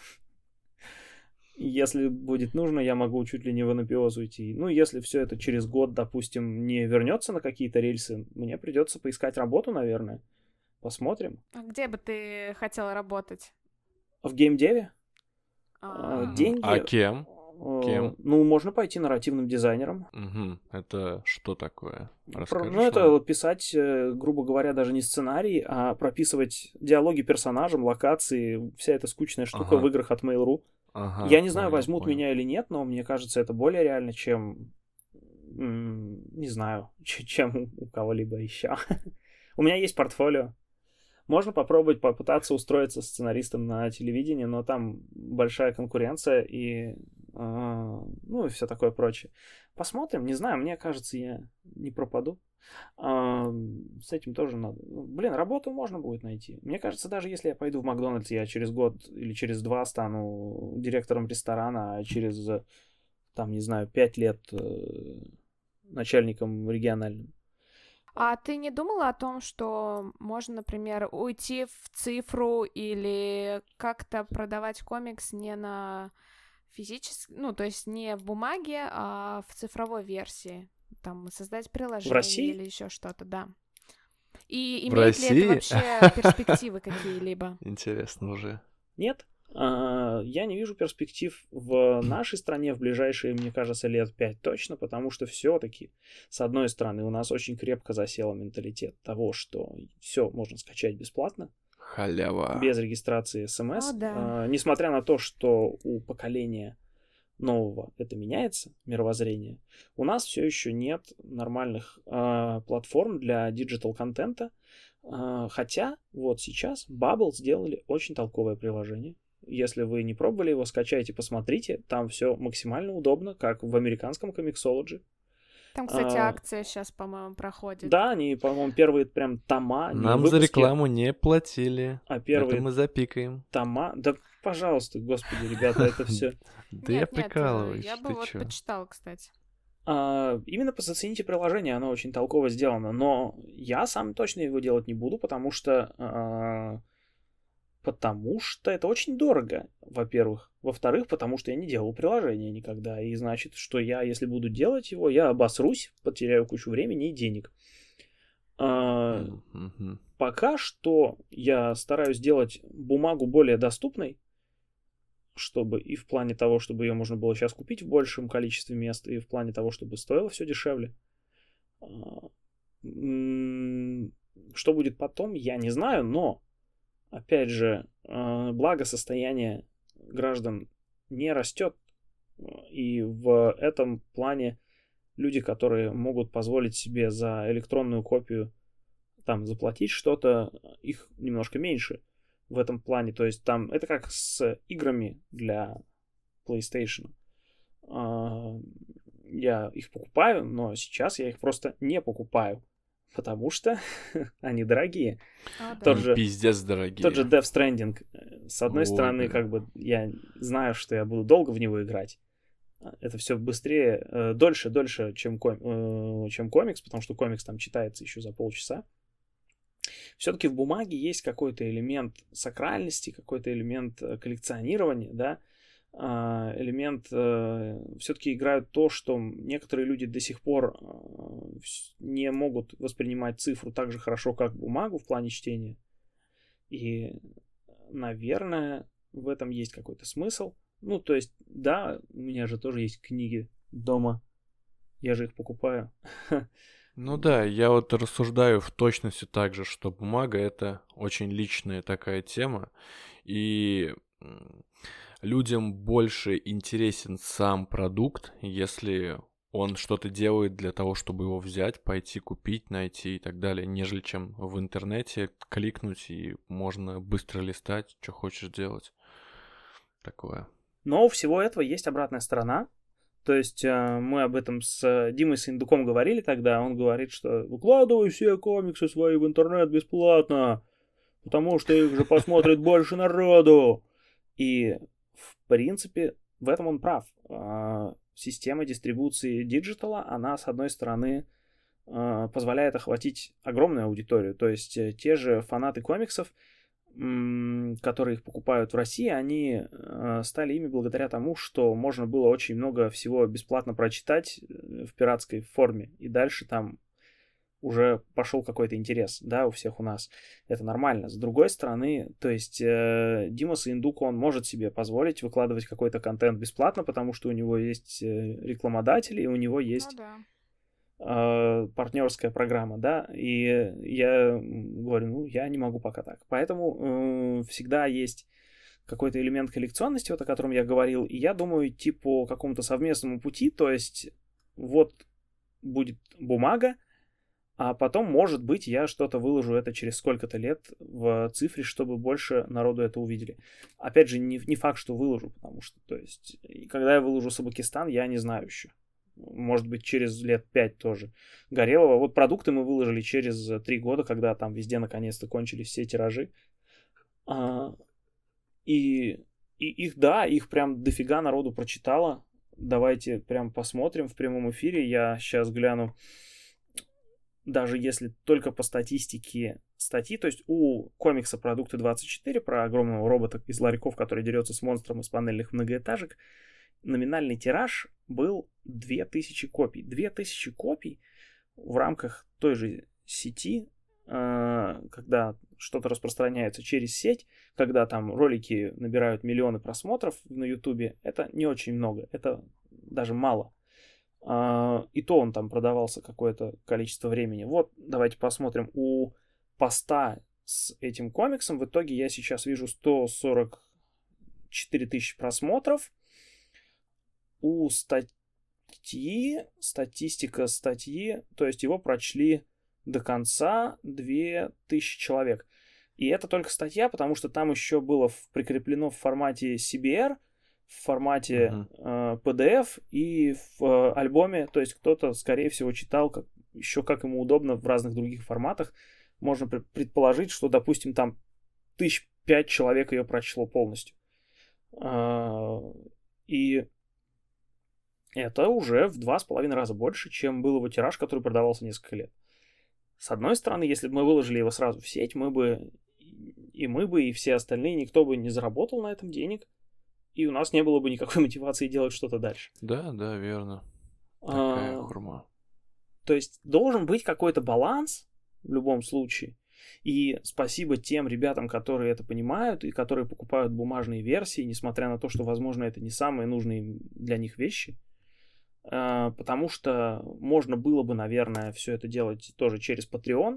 Если будет нужно, я могу чуть ли не в анабиоз уйти. Если все это через год, допустим, не вернется на какие-то рельсы, мне придется поискать работу, наверное. Посмотрим. А где бы ты хотел работать? В геймдеве А, деньги... А кем? Кем? Можно пойти нарративным дизайнером. Мгм. Это что такое? Расскажешь Это нам? писать, грубо говоря, даже не сценарий, а прописывать диалоги персонажам, локации, вся эта скучная штука Ага. в играх от Mail.ru. Ага, Я не знаю, понял, возьмут понял. меня или нет, но мне кажется, это более реально, чем, не знаю, чем у кого-либо еще. У меня есть портфолио. Можно попытаться устроиться сценаристом на телевидении, но там большая конкуренция и все такое прочее. Посмотрим, не знаю, мне кажется, я не пропаду. С этим тоже надо. Работу можно будет найти. Мне кажется, даже если я пойду в Макдональдс, я через год или через 2 стану директором ресторана, а через, 5 лет начальником региональным. А ты не думала о том, что можно, например, уйти в цифру или как-то продавать комикс не на физически, то есть не в бумаге, а в цифровой версии? Там создать приложение России? или еще что-то, да. И В имеет ли это России? вообще перспективы какие-либо? Интересно уже. Нет. Я не вижу перспектив в нашей стране в ближайшие, мне кажется, лет 5 точно, потому что все-таки, с одной стороны, у нас очень крепко засел менталитет того, что все можно скачать бесплатно, Халява. без регистрации СМС. О, да. Несмотря на то, что у поколения нового это меняется, мировоззрение, у нас все еще нет нормальных платформ для диджитал-контента. Хотя вот сейчас Bubble сделали очень толковое приложение. Если вы не пробовали его, скачайте, посмотрите. Там все максимально удобно, как в американском Comixology. Там, кстати, акция сейчас, по-моему, проходит. Да, они, по-моему, первые прям тома. Нам за рекламу не платили. А первые это мы запикаем. тома. Да, пожалуйста, господи, ребята, это все. Да я прикалываюсь. Я бы вот почитал, кстати. Именно зацените приложение, оно очень толково сделано. Но я сам точно его делать не буду, потому что это очень дорого, во-первых. Во-вторых, потому что я не делал приложение никогда. И значит, что я, если буду делать его, я обосрусь, потеряю кучу времени и денег. Пока что я стараюсь сделать бумагу более доступной, чтобы и в плане того, чтобы ее можно было сейчас купить в большем количестве мест, и в плане того, чтобы стоило все дешевле. Что будет потом, я не знаю, но опять же, благосостояние граждан не растет, и в этом плане люди, которые могут позволить себе за электронную копию там заплатить что-то, их немножко меньше в этом плане. То есть там это как с играми для PlayStation. Я их покупаю, но сейчас я их просто не покупаю. Потому что они дорогие. Пиздец дорогие. Тот же Death Stranding. С одной стороны, как бы я знаю, что я буду долго в него играть. Это все быстрее, дольше, чем комикс, потому что комикс там читается еще за полчаса. Все-таки в бумаге есть какой-то элемент сакральности, какой-то элемент коллекционирования, да, элемент все-таки играют то, что некоторые люди до сих пор не могут воспринимать цифру так же хорошо, как бумагу в плане чтения. И, наверное, в этом есть какой-то смысл. Ну, то есть, да, у меня же тоже есть книги дома. Я же их покупаю. Ну да, я вот рассуждаю в точности так же, что бумага — это очень личная такая тема. И людям больше интересен сам продукт, если он что-то делает для того, чтобы его взять, пойти купить, найти и так далее, нежели чем в интернете кликнуть и можно быстро листать, что хочешь делать. Такое. Но у всего этого есть обратная сторона. То есть мы об этом с Димой Сындуком говорили тогда. Он говорит, что выкладывай все комиксы свои в интернет бесплатно, потому что их же посмотрит больше народу. И в принципе, в этом он прав. Система дистрибуции диджитала, она, с одной стороны, позволяет охватить огромную аудиторию. То есть те же фанаты комиксов, которые их покупают в России, они стали ими благодаря тому, что можно было очень много всего бесплатно прочитать в пиратской форме. И дальше там уже пошел какой-то интерес, да, у всех у нас. Это нормально. С другой стороны, то есть Дима Сындук, он может себе позволить выкладывать какой-то контент бесплатно, потому что у него есть рекламодатели, и у него есть партнерская программа, да, и я говорю, я не могу пока так. Поэтому всегда есть какой-то элемент коллекционности, вот о котором я говорил, и я думаю идти по какому-то совместному пути, то есть вот будет бумага, а потом, может быть, я что-то выложу это через сколько-то лет в цифре, чтобы больше народу это увидели. Опять же, не факт, что выложу, потому что, то есть, когда я выложу Собакистан, я не знаю еще. Может быть, через лет 5 тоже. Горелого. Вот продукты мы выложили через 3 года, когда там везде наконец-то кончились все тиражи. И их прям дофига народу прочитало. Давайте прям посмотрим в прямом эфире. Я сейчас гляну. Даже если только по статистике статьи, то есть у комикса «Продукты 24» про огромного робота из ларьков, который дерется с монстром из панельных многоэтажек, номинальный тираж был 2000 копий. 2000 копий в рамках той же сети когда что-то распространяется через сеть, когда там ролики набирают миллионы просмотров на Ютубе, это не очень много, это даже мало. И то он там продавался какое-то количество времени. Вот, давайте посмотрим. У поста с этим комиксом в итоге я сейчас вижу 144 тысячи просмотров. У статистика статьи, то есть его прочли до конца 2000 человек. И это только статья, потому что там еще было прикреплено в формате CBR, в формате PDF и в альбоме. То есть кто-то, скорее всего, читал еще как ему удобно в разных других форматах. Можно предположить, что, допустим, там 1005 человек ее прочло полностью. И это уже в 2,5 раза больше, чем был его тираж, который продавался несколько лет. С одной стороны, если бы мы выложили его сразу в сеть, мы бы, и все остальные, никто бы не заработал на этом денег, и у нас не было бы никакой мотивации делать что-то дальше. Да, верно. Такая хурма. То есть должен быть какой-то баланс в любом случае. И спасибо тем ребятам, которые это понимают и которые покупают бумажные версии, несмотря на то, что, возможно, это не самые нужные для них вещи. Потому что можно было бы, наверное, все это делать тоже через Patreon.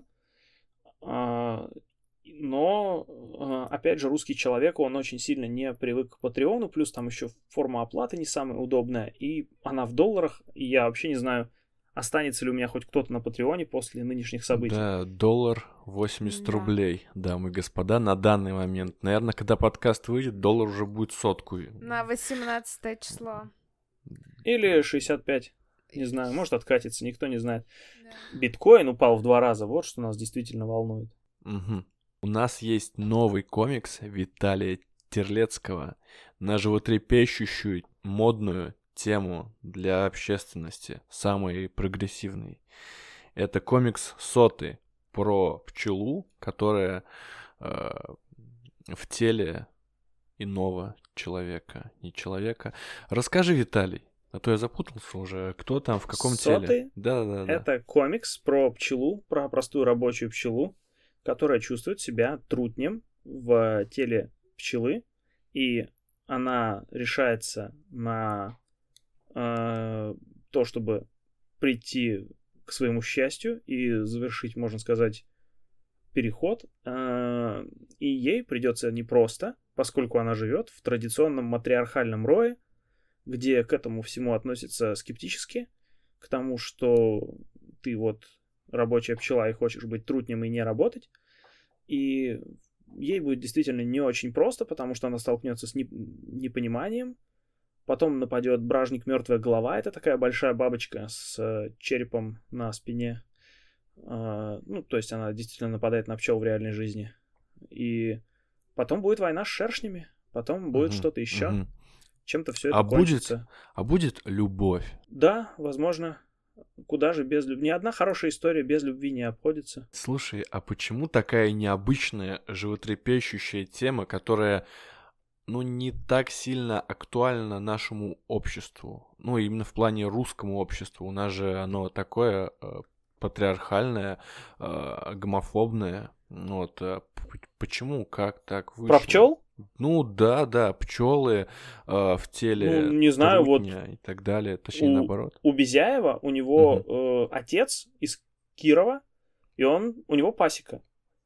Но, опять же, русский человек, он очень сильно не привык к Патреону, плюс там еще форма оплаты не самая удобная, и она в долларах, и я вообще не знаю, останется ли у меня хоть кто-то на Патреоне после нынешних событий. Да, $80 рублей, дамы и господа, на данный момент. Наверное, когда подкаст выйдет, доллар уже будет 100. На 18 число. Или 65, не знаю, может откатиться, никто не знает. Да. Биткоин упал в 2 раза, вот что нас действительно волнует. Угу. У нас есть новый комикс Виталия Терлецкого на животрепещущую модную тему для общественности, самый прогрессивный. Это комикс «Соты» про пчелу, которая в теле иного человека, не человека. Расскажи, Виталий, а то я запутался уже, кто там, в каком «Соты» теле. Да. Это комикс про пчелу, про простую рабочую пчелу, которая чувствует себя трутнем в теле пчелы, и она решается на то, чтобы прийти к своему счастью и завершить, можно сказать, переход. И ей придется непросто, поскольку она живет в традиционном матриархальном рое, где к этому всему относятся скептически, к тому, что ты вот рабочая пчела и хочешь быть трутнем и не работать. И ей будет действительно не очень просто, потому что она столкнется с непониманием. Потом нападет бражник «Мертвая голова». Это такая большая бабочка с черепом на спине. То есть она действительно нападает на пчел в реальной жизни. И потом будет война с шершнями. Потом будет что-то еще. Чем-то все это кончится. Будет любовь. Да, возможно. Куда же без любви? Ни одна хорошая история без любви не обходится. Слушай, а почему такая необычная, животрепещущая тема, которая, не так сильно актуальна нашему обществу? Именно в плане русскому обществу. У нас же оно такое патриархальное, гомофобное. Почему? Как так вышло? Про пчел? Да, пчелы в теле. Не знаю, и так далее. Точнее, наоборот. У Безяева, у него отец из Кирова, и у него пасека.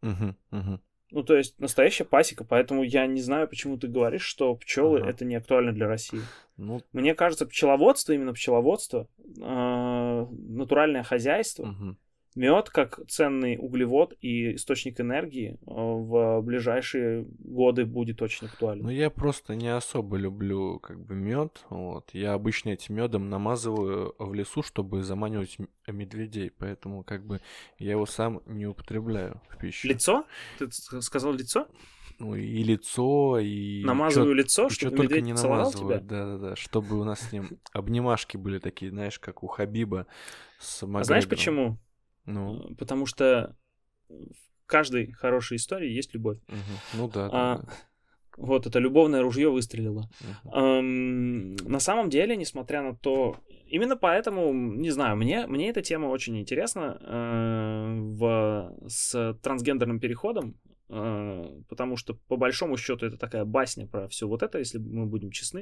То есть настоящая пасека, поэтому я не знаю, почему ты говоришь, что пчелы это не актуально для России. Мне кажется, именно пчеловодство, натуральное хозяйство, мед как ценный углевод и источник энергии в ближайшие годы будет очень актуален. Я просто не особо люблю мед. Я обычно этим медом намазываю в лесу, чтобы заманивать медведей, поэтому я его сам не употребляю в пищу. Лицо? Ты сказал лицо? И лицо, и... Намазываю лицо, чтобы медведь не целовал тебя? Да, чтобы у нас с ним обнимашки были такие, знаешь, как у Хабиба с Макгрегором. Знаешь почему? Потому что в каждой хорошей истории есть любовь. Да. Вот это любовное ружье выстрелило. На самом деле, несмотря на то, именно поэтому, не знаю, мне эта тема очень интересна с трансгендерным переходом, потому что, по большому счету, это такая басня про все вот это, если мы будем честны.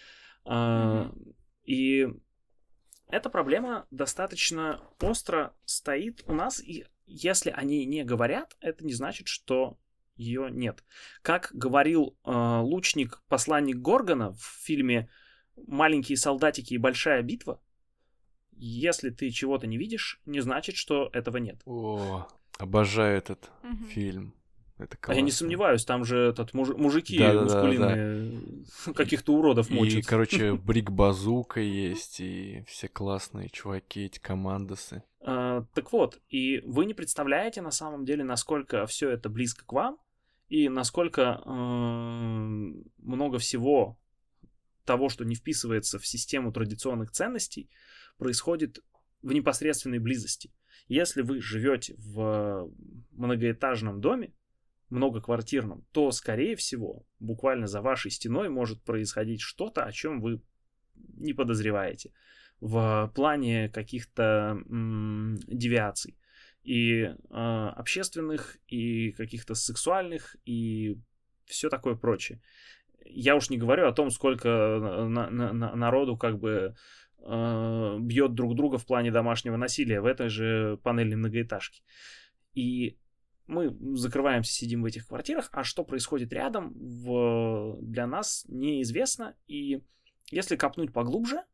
И эта проблема достаточно остро стоит у нас, и если они не говорят, это не значит, что ее нет. Как говорил лучник-посланник Горгона в фильме «Маленькие солдатики и большая битва», если ты чего-то не видишь, не значит, что этого нет. О, обожаю этот фильм. Это а я не сомневаюсь, там же мужики мускулинные каких-то уродов мочат. И, короче, Брик-базука есть, и все классные чуваки, эти командосы. Так вот, и вы не представляете на самом деле, насколько все это близко к вам, и насколько много всего того, что не вписывается в систему традиционных ценностей, происходит в непосредственной близости. Если вы живете в многоэтажном доме, многоквартирном, то, скорее всего, буквально за вашей стеной может происходить что-то, о чем вы не подозреваете в плане каких-то девиаций и общественных, и каких-то сексуальных, и все такое прочее. Я уж не говорю о том, сколько народу как бы бьет друг друга в плане домашнего насилия в этой же панельной многоэтажке. И мы закрываемся, сидим в этих квартирах, а что происходит рядом, для нас неизвестно. И если копнуть поглубже,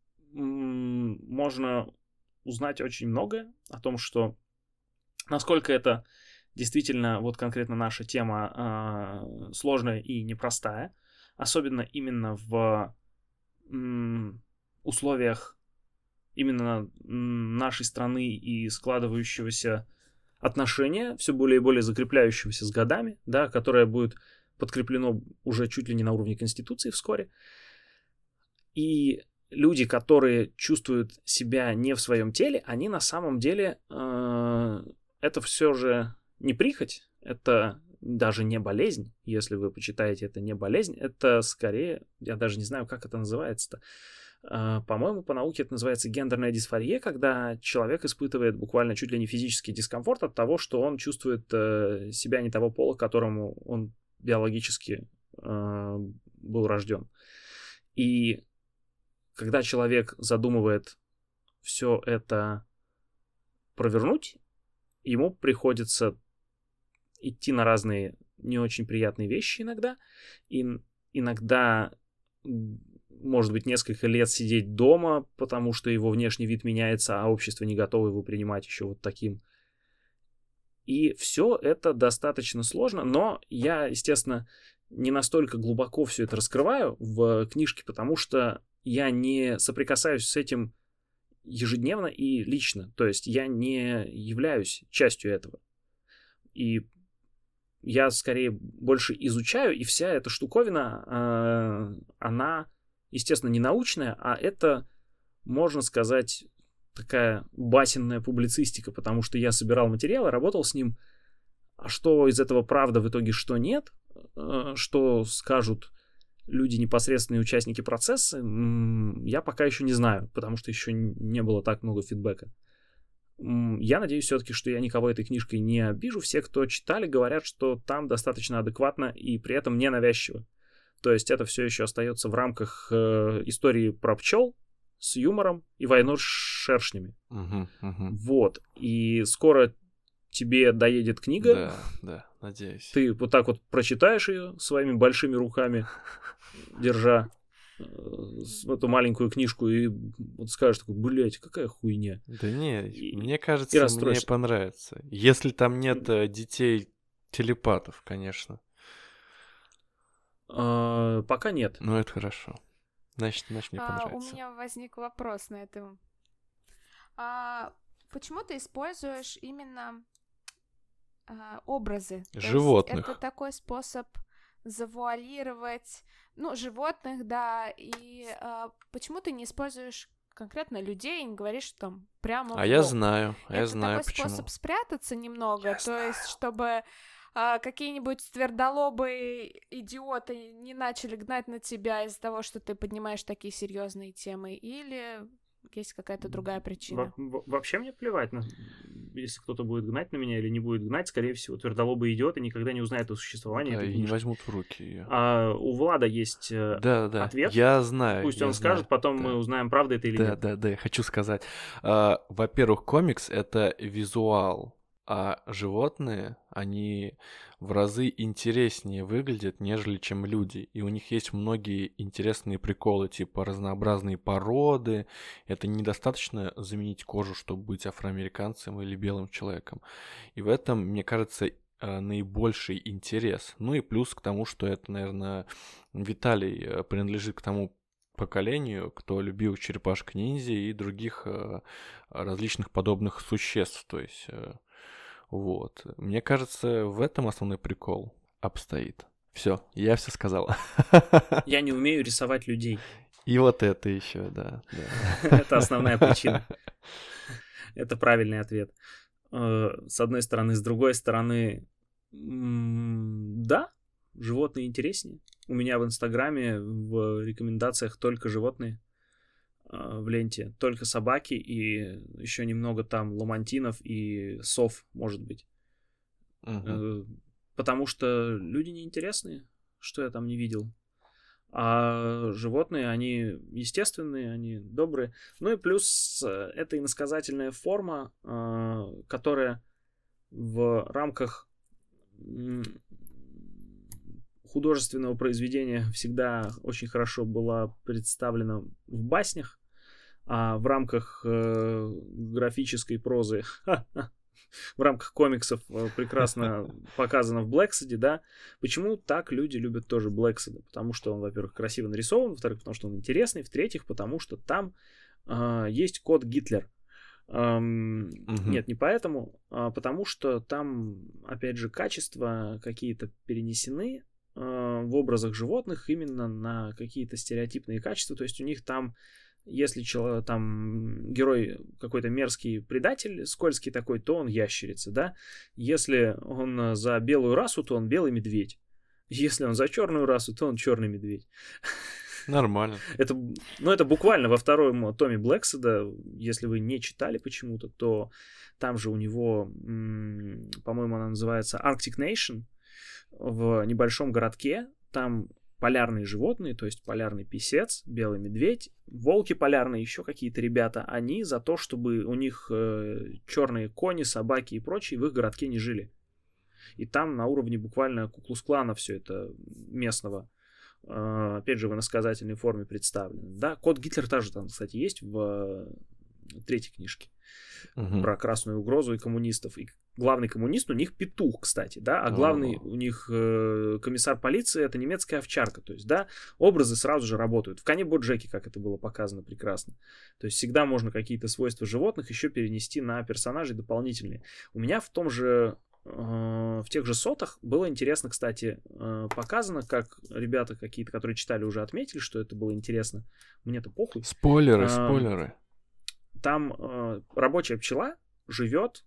можно узнать очень многое о том, что насколько это действительно вот конкретно наша тема сложная и непростая, особенно именно в условиях именно нашей страны и складывающегося отношения, все более и более закрепляющегося с годами, да, которое будет подкреплено уже чуть ли не на уровне Конституции вскоре. И люди, которые чувствуют себя не в своем теле, они на самом деле это все же не прихоть, это даже не болезнь, если вы почитаете, это не болезнь, это скорее, я даже не знаю, как это называется-то. По-моему, по науке это называется гендерная дисфория, когда человек испытывает буквально чуть ли не физический дискомфорт от того, что он чувствует себя не того пола, к которому он биологически был рожден. И когда человек задумывает все это провернуть, ему приходится идти на разные не очень приятные вещи иногда. И иногда, может быть, несколько лет сидеть дома, потому что его внешний вид меняется, а общество не готово его принимать еще вот таким. И все это достаточно сложно, но я, естественно, не настолько глубоко все это раскрываю в книжке, потому что я не соприкасаюсь с этим ежедневно и лично. То есть я не являюсь частью этого. И я скорее больше изучаю, и вся эта штуковина, она, естественно, не научная, а это, можно сказать, такая басенная публицистика, потому что я собирал материалы, работал с ним, а что из этого правда в итоге, что нет, что скажут люди, непосредственные участники процесса, я пока еще не знаю, потому что еще не было так много фидбэка. Я надеюсь все-таки, что я никого этой книжкой не обижу. Все, кто читали, говорят, что там достаточно адекватно и при этом не навязчиво. То есть это все еще остается в рамках истории про пчел с юмором и войну с шершнями. Вот. И скоро тебе доедет книга. Да, надеюсь. Ты вот так вот прочитаешь ее своими большими руками, держа эту маленькую книжку, и вот скажешь такой, блять, какая хуйня. Да не, мне кажется, мне понравится. Если там нет детей-телепатов, конечно. Пока нет. Ну, это хорошо. Значит, мне понравится. У меня возник вопрос на это. Почему ты используешь именно образы? Животных. Это такой способ завуалировать, животных, да, и почему ты не используешь конкретно людей и не говоришь там прямо я знаю, это такой почему. Способ спрятаться немного, есть, чтобы какие-нибудь твердолобые идиоты не начали гнать на тебя из-за того, что ты поднимаешь такие серьезные темы, или есть какая-то другая причина. Вообще мне плевать, если кто-то будет гнать на меня или не будет гнать, скорее всего, твердолобый идет и никогда не узнает о существовании этой и книжки. не возьмут в руки ее. А у Влада есть ответ. Я знаю. Пусть он скажет, потом мы узнаем, правда это или нет. Да, я хочу сказать. Во-первых, комикс — это визуал, а животные, они в разы интереснее выглядят, нежели чем люди. И у них есть многие интересные приколы, типа разнообразные породы. Это недостаточно заменить кожу, чтобы быть афроамериканцем или белым человеком. И в этом, мне кажется, наибольший интерес. Ну и плюс к тому, что это, наверное, Виталий принадлежит к тому поколению, кто любил черепашек-ниндзя и других различных подобных существ. То есть... Вот. Мне кажется, в этом основной прикол обстоит. Все, я все сказал. Я не умею рисовать людей. И вот это еще, да. Это основная причина. Это правильный ответ. С одной стороны. С другой стороны, да, животные интереснее. У меня в Инстаграме в рекомендациях только животные. В ленте только собаки и еще немного там ламантинов и сов, может быть. Потому что люди неинтересные, что я там не видел. А животные, они естественные, они добрые. Ну и плюс это иносказательная форма, которая в рамках художественного произведения всегда очень хорошо была представлена в баснях. А в рамках графической прозы, в рамках комиксов прекрасно показано в Блэксиде, да. Почему так люди любят тоже Блэксида? Потому что он, во-первых, красиво нарисован, во-вторых, потому что он интересный, в-третьих, потому что там есть код Гитлер. Нет, не поэтому, а потому что там, опять же, качества какие-то перенесены в образах животных именно на какие-то стереотипные качества, то есть у них там если там герой какой-то мерзкий предатель, скользкий такой, то он ящерица, да? Если он за белую расу, то он белый медведь. Если он за черную расу, то он черный медведь. Нормально. Это буквально во втором томе Блэксида, если вы не читали почему-то, то там же у него, по-моему, она называется Arctic Nation, в небольшом городке, там полярные животные, то есть полярный писец, белый медведь, волки полярные, еще какие-то ребята, они за то, чтобы у них черные кони, собаки и прочие в их городке не жили. И там на уровне буквально Ку-клукс-клана все это местного, опять же, в иносказательной форме представлено. Да, код Гитлер тоже там, кстати, есть в третьей книжке про красную угрозу и коммунистов. И главный коммунист у них петух, кстати, да, а главный у них комиссар полиции — это немецкая овчарка, то есть, да, образы сразу же работают. В «Коне Боджеке», как это было показано прекрасно. То есть всегда можно какие-то свойства животных еще перенести на персонажей дополнительные. У меня в тех же сотах было интересно, кстати, показано, как ребята какие-то, которые читали, уже отметили, что это было интересно. Мне-то похуй. Спойлеры. Там рабочая пчела живет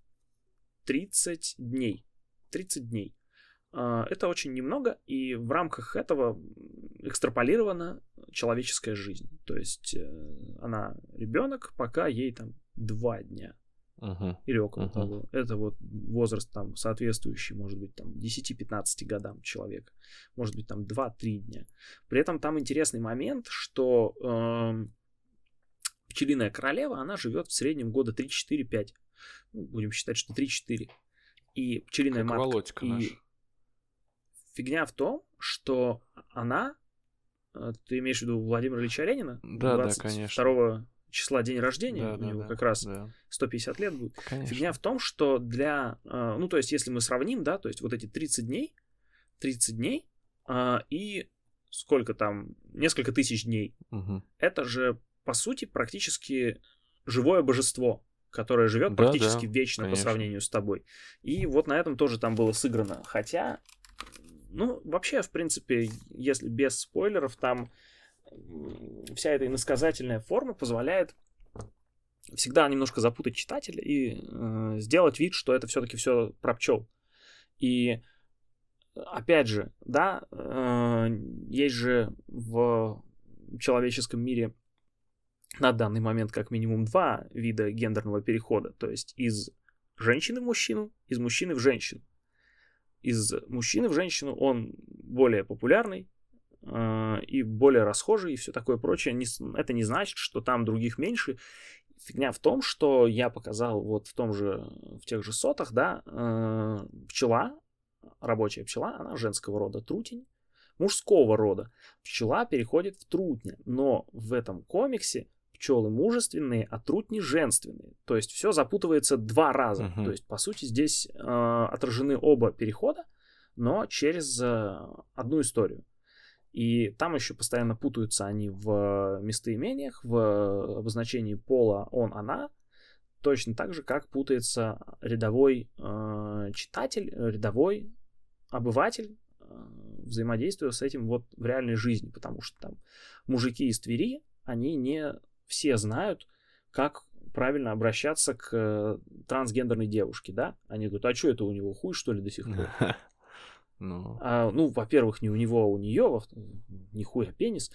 30 дней. 30 дней. Это очень немного, и в рамках этого экстраполирована человеческая жизнь. То есть она ребенок, пока ей там 2 дня. Или около того. Это вот возраст там соответствующий, может быть, там 10-15 годам человека. Может быть, там 2-3 дня. При этом там интересный момент, что пчелиная королева, она живет в среднем года 3-4-5. Ну, будем считать, что 3-4. И пчелиная матка. Володька наш. Фигня в том, что она, ты имеешь в виду Владимира Ильича Ленина? Да, 22 конечно. Числа день рождения, у него как раз 150 лет будет. Конечно. Фигня в том, что ну, то есть, если мы сравним, да, то есть, вот эти 30 дней, и сколько там, несколько тысяч дней, это же, по сути, практически живое божество, которое живет практически вечно, конечно, по сравнению с тобой. И вот на этом тоже там было сыграно. Хотя, ну, вообще, в принципе, если без спойлеров, там вся эта иносказательная форма позволяет всегда немножко запутать читателя и сделать вид, что это все-таки все про пчел. И опять же, да, есть же в человеческом мире на данный момент как минимум 2 вида гендерного перехода. То есть из женщины в мужчину, из мужчины в женщину. Из мужчины в женщину он более популярный и более расхожий и все такое прочее. Это не значит, что там других меньше. Фигня в том, что я показал вот в тех же сотах, да, пчела, рабочая пчела, она женского рода, трутень, мужского рода. Пчела переходит в трутня, но в этом комиксе пчелы мужественные, а трутни женственные. То есть все запутывается 2 раза. То есть, по сути, здесь отражены оба перехода, но через одну историю. И там еще постоянно путаются они в местоимениях, в обозначении пола он, она, точно так же, как путается рядовой читатель, рядовой обыватель, взаимодействуя с этим вот в реальной жизни, потому что там мужики из Твери, они не все знают, как правильно обращаться к трансгендерной девушке, да? Они говорят, а что это у него, хуй, что ли, до сих пор? Ну, во-первых, не у него, а у нее, не хуй, а пенис.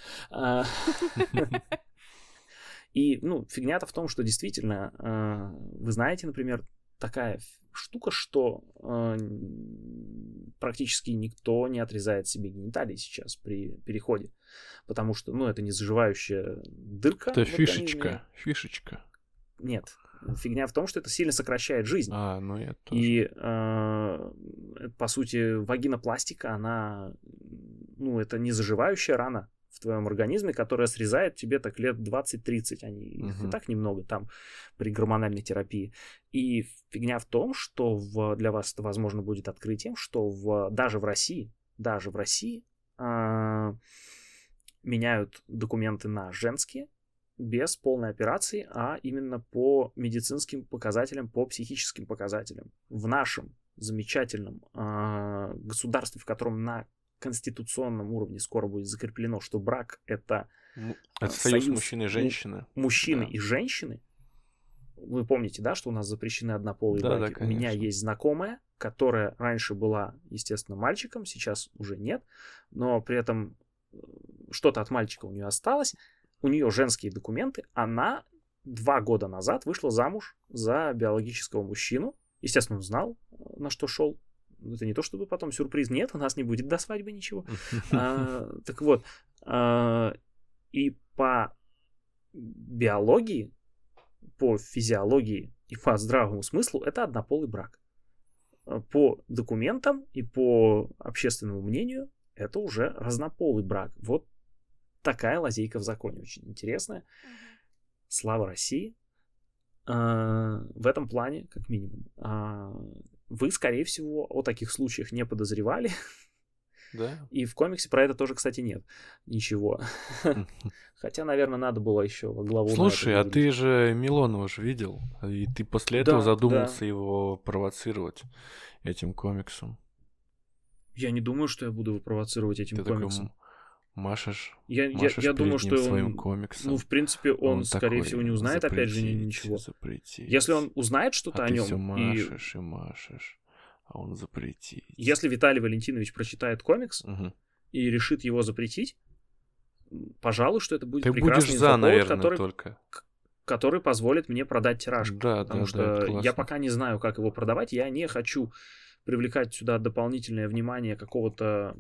И, ну, фигня-то в том, что действительно, вы знаете, например, такая штука, что практически никто не отрезает себе гениталии сейчас при переходе, потому что, ну, это не заживающая дырка. Это фишечка. Нет, фигня в том, что это сильно сокращает жизнь. Ну я тоже. И, по сути, вагинопластика, она, ну, это не заживающая рана в твоем организме, которая срезает тебе так лет 20-30, их и так немного там при гормональной терапии. И фигня в том, что для вас это, возможно, будет открытием, что даже в России меняют документы на женские без полной операции, а именно по медицинским показателям, по психическим показателям. В нашем замечательном государстве, в котором на конституционном уровне скоро будет закреплено, что брак — это союз мужчины и женщины. Мужчины и женщины. Вы помните, да, что у нас запрещены однополые браки? Да, у меня есть знакомая, которая раньше была, естественно, мальчиком, сейчас уже нет, но при этом что-то от мальчика у нее осталось. У нее женские документы. Она 2 года назад вышла замуж за биологического мужчину. Естественно, он знал, на что шел. Это не то, чтобы потом сюрприз. Нет, у нас не будет до свадьбы ничего. Так вот. И по биологии, по физиологии и по здравому смыслу это однополый брак. По документам и по общественному мнению это уже разнополый брак. Вот такая лазейка в законе очень интересная. Слава России. В этом плане, как минимум. Вы, скорее всего, о таких случаях не подозревали. Да. И в комиксе про это тоже, кстати, нет ничего. Хотя, наверное, надо было еще во главу. Слушай, а ты же Милонова же видел, и ты после этого задумался его провоцировать этим комиксом. Я не думаю, что я буду его провоцировать этим комиксом. Машешь я думаю, что своим комиксом. Ну, в принципе, он скорее всего, не узнает, опять же, ничего. Если он узнает что-то о нем. Ты все машешь и машешь, а он запретит. Если Виталий Валентинович прочитает комикс и решит его запретить, пожалуй, что это будет прекрасный инфоповод, который позволит мне продать тираж. Потому что я пока не знаю, как его продавать. Я не хочу привлекать сюда дополнительное внимание какого-то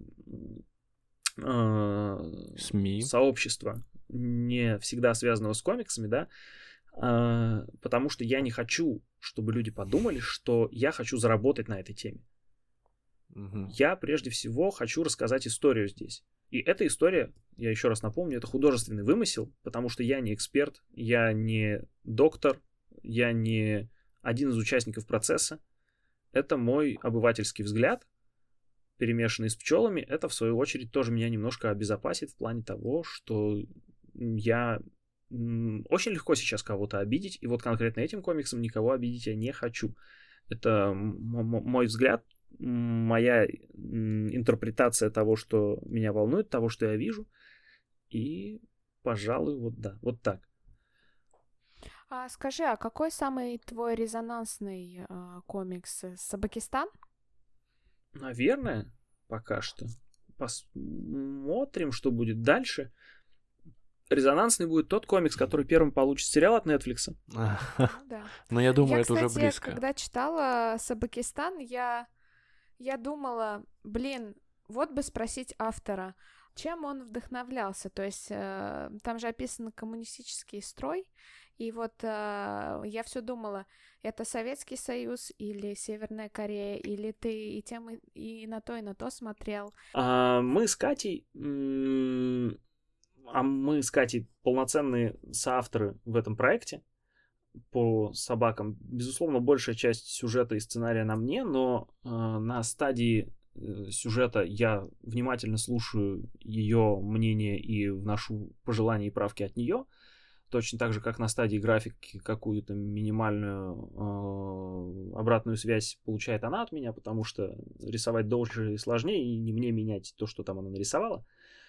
СМИ, сообщества, не всегда связанного с комиксами, да, потому что я не хочу, чтобы люди подумали, что я хочу заработать на этой теме. Я прежде всего хочу рассказать историю здесь. И эта история, я еще раз напомню, это художественный вымысел, потому что я не эксперт, я не доктор, я не один из участников процесса. Это мой обывательский взгляд, перемешанный с пчелами. Это, в свою очередь, тоже меня немножко обезопасит в плане того, что я очень легко сейчас кого-то обидеть, и вот конкретно этим комиксом никого обидеть я не хочу. Это мой взгляд, моя интерпретация того, что меня волнует, того, что я вижу, и, пожалуй, вот так. Скажи, а какой самый твой резонансный комикс? Собакистан? Наверное, пока что. Посмотрим, что будет дальше. резонансный будет тот комикс, который первым получит сериал от Netflix. Да. Но я думаю, Я, это уже кстати, близко. когда читала Сабакистан, я думала, блин, вот бы спросить автора, чем он вдохновлялся. То есть там же описан коммунистический строй, и вот я все думала, это Советский Союз или Северная Корея, или ты и тем, и на то смотрел. Мы с Катей полноценные соавторы в этом проекте по собакам. Безусловно, большая часть сюжета и сценария на мне, но на стадии сюжета я внимательно слушаю ее мнение и вношу пожелания и правки от нее. Точно так же, как на стадии графики какую-то минимальную обратную связь получает она от меня, потому что рисовать дольше и сложнее, и не мне менять то, что там она нарисовала.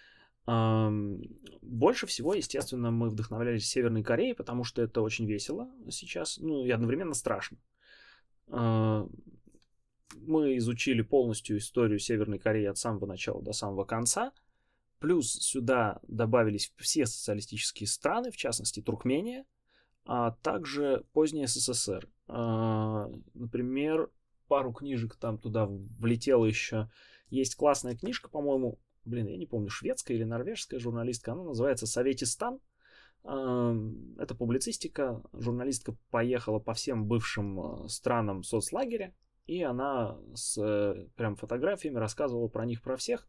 Больше всего, естественно, мы вдохновлялись Северной Кореей, потому что это очень весело сейчас, ну и одновременно страшно. Мы изучили полностью историю Северной Кореи от самого начала до самого конца. Плюс сюда добавились все социалистические страны, в частности Туркмения, а также поздний СССР. Например, пару книжек там туда влетело еще. Есть классная книжка, по-моему, я не помню, шведская или норвежская журналистка, она называется «Советистан». Это публицистика. Журналистка поехала по всем бывшим странам соцлагеря, и она с прям фотографиями рассказывала про них, про всех.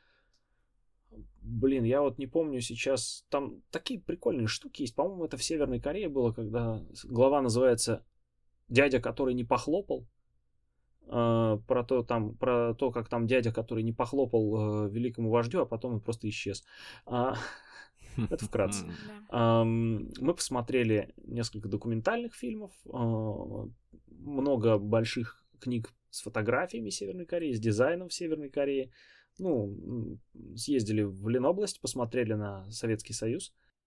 Я вот не помню сейчас. Там такие прикольные штуки есть. По-моему, это в Северной Корее было, когда глава называется «Дядя, который не похлопал». Про то, как там дядя, который не похлопал великому вождю, а потом он просто исчез. Это вкратце. Мы посмотрели несколько документальных фильмов, много больших книг с фотографиями Северной Кореи, с дизайном Северной Кореи. Съездили в Ленобласть, посмотрели на Советский Союз.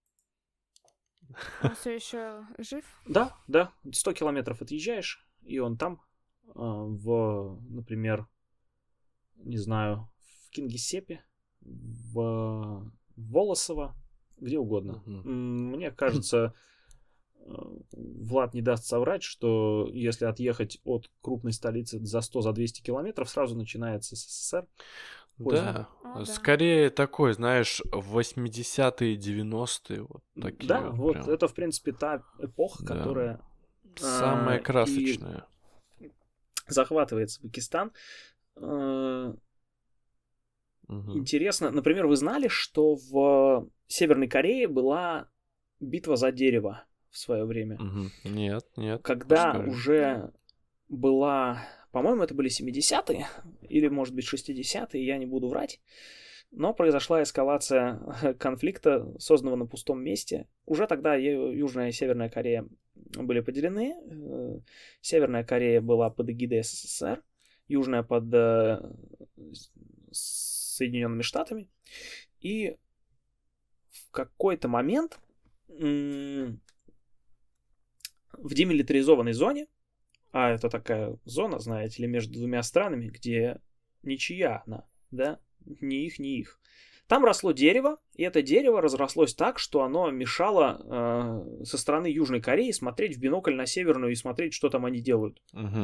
Он все еще жив? Да. 100 километров отъезжаешь, и он там, например, не знаю, в Кингисеппе, в Волосово, где угодно. Мне кажется, Влад не даст соврать, что если отъехать от крупной столицы за 100-200 километров, сразу начинается СССР. Да, скорее такой, знаешь, 80-е, 90-е, вот такие. Да, вот прям. Это, в принципе, та эпоха, которая... Самая красочная. Захватывается Пакистан. Интересно, например, вы знали, что в Северной Корее была битва за дерево в свое время? Нет. Когда уже была... По-моему, это были 70-е, или, может быть, 60-е, я не буду врать. Но произошла эскалация конфликта, созданного на пустом месте. Уже тогда Южная и Северная Корея были поделены. Северная Корея была под эгидой СССР, Южная под Соединенными Штатами. И в какой-то момент в демилитаризованной зоне, а это такая зона, знаете ли, между двумя странами, где ничья она, да, ни их. Там росло дерево, и это дерево разрослось так, что оно мешало со стороны Южной Кореи смотреть в бинокль на Северную и смотреть, что там они делают.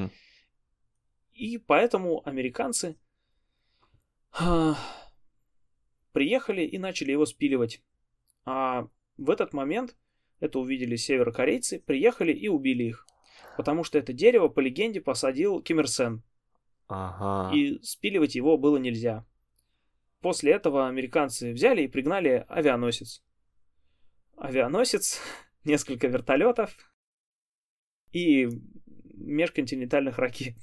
И поэтому американцы приехали и начали его спиливать. А в этот момент, это увидели северокорейцы, приехали и убили их. Потому что это дерево, по легенде, посадил Ким Ир Сен. И спиливать его было нельзя. После этого американцы взяли и пригнали авианосец. Несколько вертолетов и межконтинентальных ракет.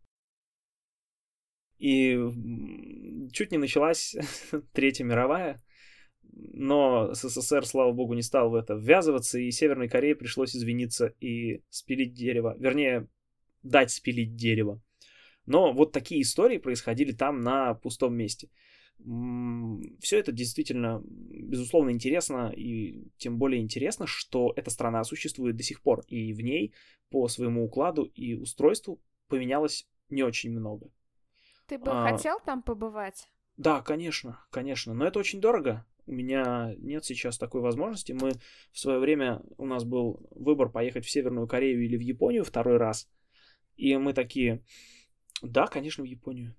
И чуть не началась Третья мировая. Но СССР, слава богу, не стал в это ввязываться, и Северной Корее пришлось извиниться и спилить дерево. Вернее, дать спилить дерево. Но вот такие истории происходили там на пустом месте. Все это действительно, безусловно, интересно, и тем более интересно, что эта страна существует до сих пор, и в ней по своему укладу и устройству поменялось не очень много. Ты бы хотел там побывать? Да, конечно, конечно. Но это очень дорого. У меня нет сейчас такой возможности. Мы в свое время, у нас был выбор поехать в Северную Корею или в Японию второй раз. И мы такие, да, конечно, в Японию.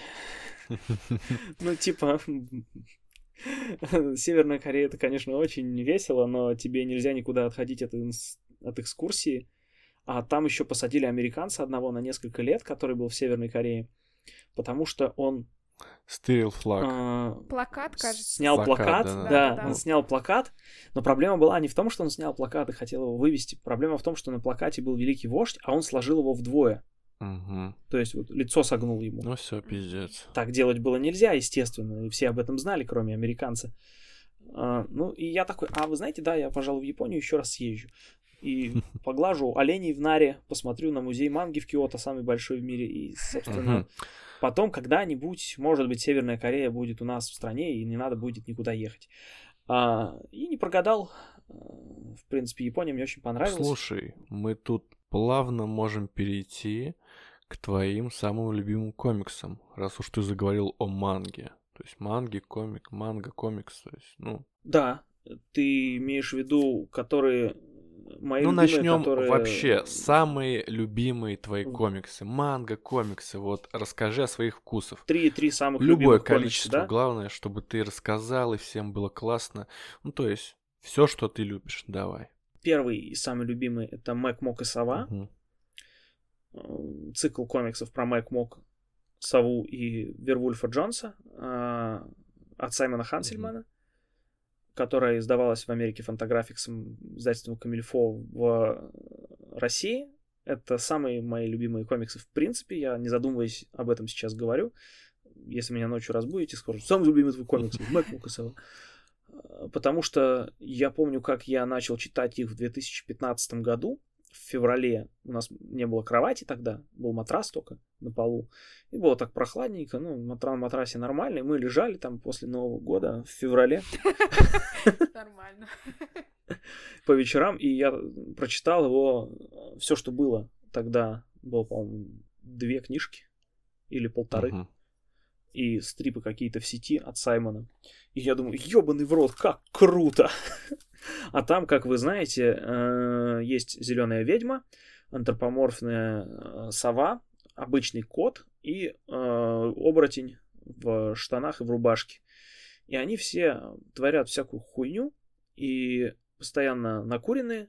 Ну, типа, Северная Корея, это, конечно, очень весело, но тебе нельзя никуда отходить от экскурсии. А там еще посадили американца одного на несколько лет, который был в Северной Корее, потому что он Стырил флаг. Плакат, кажется. снял плакат, да. Он снял плакат, но проблема была не в том, что он снял плакат и хотел его вывести. Проблема в том, что на плакате был великий вождь, а он сложил его вдвое. Угу. То есть вот лицо согнул ему. Ну все, пиздец. Так делать было нельзя, естественно, и все об этом знали, кроме американца. Ну, и я такой, вы знаете, да, я, пожалуй, в Японию еще раз съезжу. И поглажу оленей в Наре, посмотрю на музей манги в Киото, самый большой в мире. И, собственно, потом когда-нибудь, может быть, Северная Корея будет у нас в стране, и не надо будет никуда ехать. И не прогадал. В принципе, Япония мне очень понравилась. Слушай, мы тут плавно можем перейти к твоим самым любимым комиксам, раз уж ты заговорил о манге. То есть манги, комик, манга, комикс, то есть, ну... Да, ты имеешь в виду, которые... Мои ну, любимые, начнем которые... вообще. Самые любимые твои комиксы. Манга, комиксы. Вот расскажи о своих вкусах. Три самых Любое любимых количество. комикса, да? Главное, чтобы ты рассказал, и всем было классно. Ну, то есть, все, что ты любишь. Давай. Первый и самый любимый — это Мэг, Мок и Сова. Цикл комиксов про Мэг, Мок, Сову и Вервульфа Джонса от Саймона Хансельмана, которая издавалась в Америке Фантаграфиксом, издательством Камильфо в России. Это самые мои любимые комиксы в принципе. Я, не задумываясь, об этом сейчас говорю. Если меня ночью разбудите, скажу, самый любимый твой комикс — Мэг, Мок и Сова. Потому что я помню, как я начал читать их в 2015 году. В феврале у нас не было кровати тогда, был матрас только на полу. И было так прохладненько, ну, на матрасе нормально. И мы лежали там после Нового года в феврале. Нормально. По вечерам, и я прочитал его, все, что было. Тогда было, по-моему, 2 книжки или 1,5. И стрипы какие-то в сети от Саймона. И я думаю, ёбаный в рот, как круто! А там, как вы знаете, есть зеленая ведьма, антропоморфная сова, обычный кот и оборотень в штанах и в рубашке. И они все творят всякую хуйню и постоянно накуренные,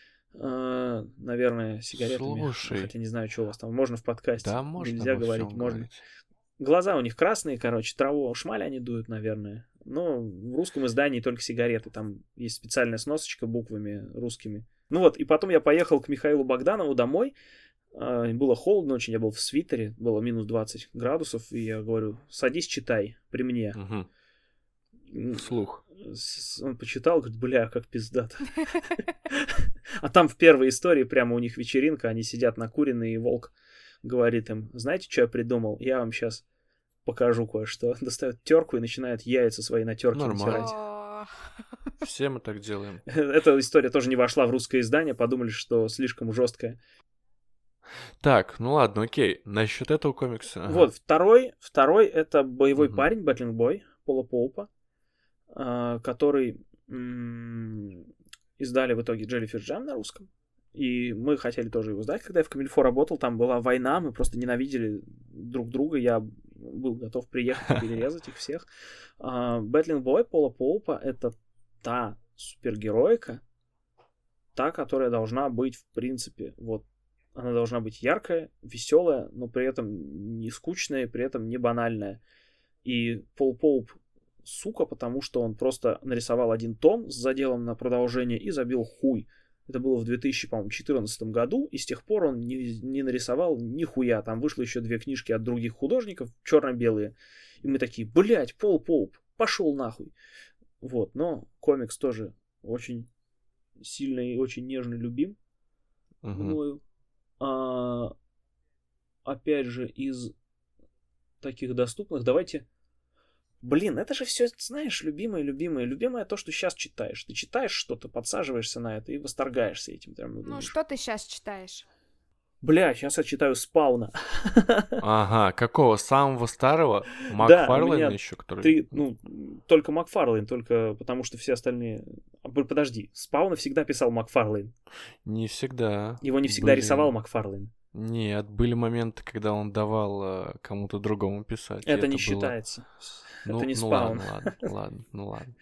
наверное, сигаретами. Слушай. Хотя не знаю, что у вас там. Можно в подкасте. Да, можно. Нельзя говорить, можно. Глаза у них красные, короче, траву, шмаль они дуют, наверное. Но в русском издании только сигареты. Там есть специальная сносочка буквами русскими. Ну вот, и потом я поехал к Михаилу Богданову домой. Было холодно очень, я был в свитере, было минус 20 градусов. И я говорю, садись, читай при мне. Вслух. Он почитал, говорит, бля, как пиздато. А там в первой истории прямо у них вечеринка, они сидят накуренные, и волк говорит им, знаете, что я придумал? Я вам сейчас покажу кое-что. Достает терку и начинает яйца свои на терке натирать. Все мы так делаем. Эта история тоже не вошла в русское издание, подумали, что слишком жесткая. Так, ну ладно, окей. Насчет этого комикса. Вот, второй это боевой парень, Battling Boy, Пола Поупа, который издали в итоге Jellyfish Jam на русском. И мы хотели тоже его сдать. Когда я в Камильфо работал, там была война, мы просто ненавидели друг друга. Я был готов приехать и перерезать их всех. Battling Boy Пола Поупа — это та супергероика, та, которая должна быть, в принципе, вот, она должна быть яркая, веселая, но при этом не скучная, при этом не банальная. И Пол Поуп сука, потому что он просто нарисовал 1 том с заделом на продолжение и забил хуй. Это было в 2014 году, и с тех пор он не нарисовал нихуя. Там вышло еще 2 книжки от других художников, черно-белые. И мы такие, блять, Пол Поуп, пошел нахуй. Вот, но комикс тоже очень сильно и очень нежно любим мною. Опять же, из таких доступных, давайте... Блин, это же все, знаешь, любимое то, что сейчас читаешь. Ты читаешь что-то, подсаживаешься на это и восторгаешься этим. Прям, ну, что ты сейчас читаешь? Бля, сейчас я читаю Спауна. Ага, какого? Самого старого? Да, у Макфарлейна меня еще, который... только Макфарлейн, только потому что все остальные... Подожди, Спауна всегда писал Макфарлейн. Не всегда. Его не всегда рисовал Были... Макфарлейн. Нет, были моменты, когда он давал кому-то другому писать. и Это не было... считается. Это не Ну Спаун. ладно.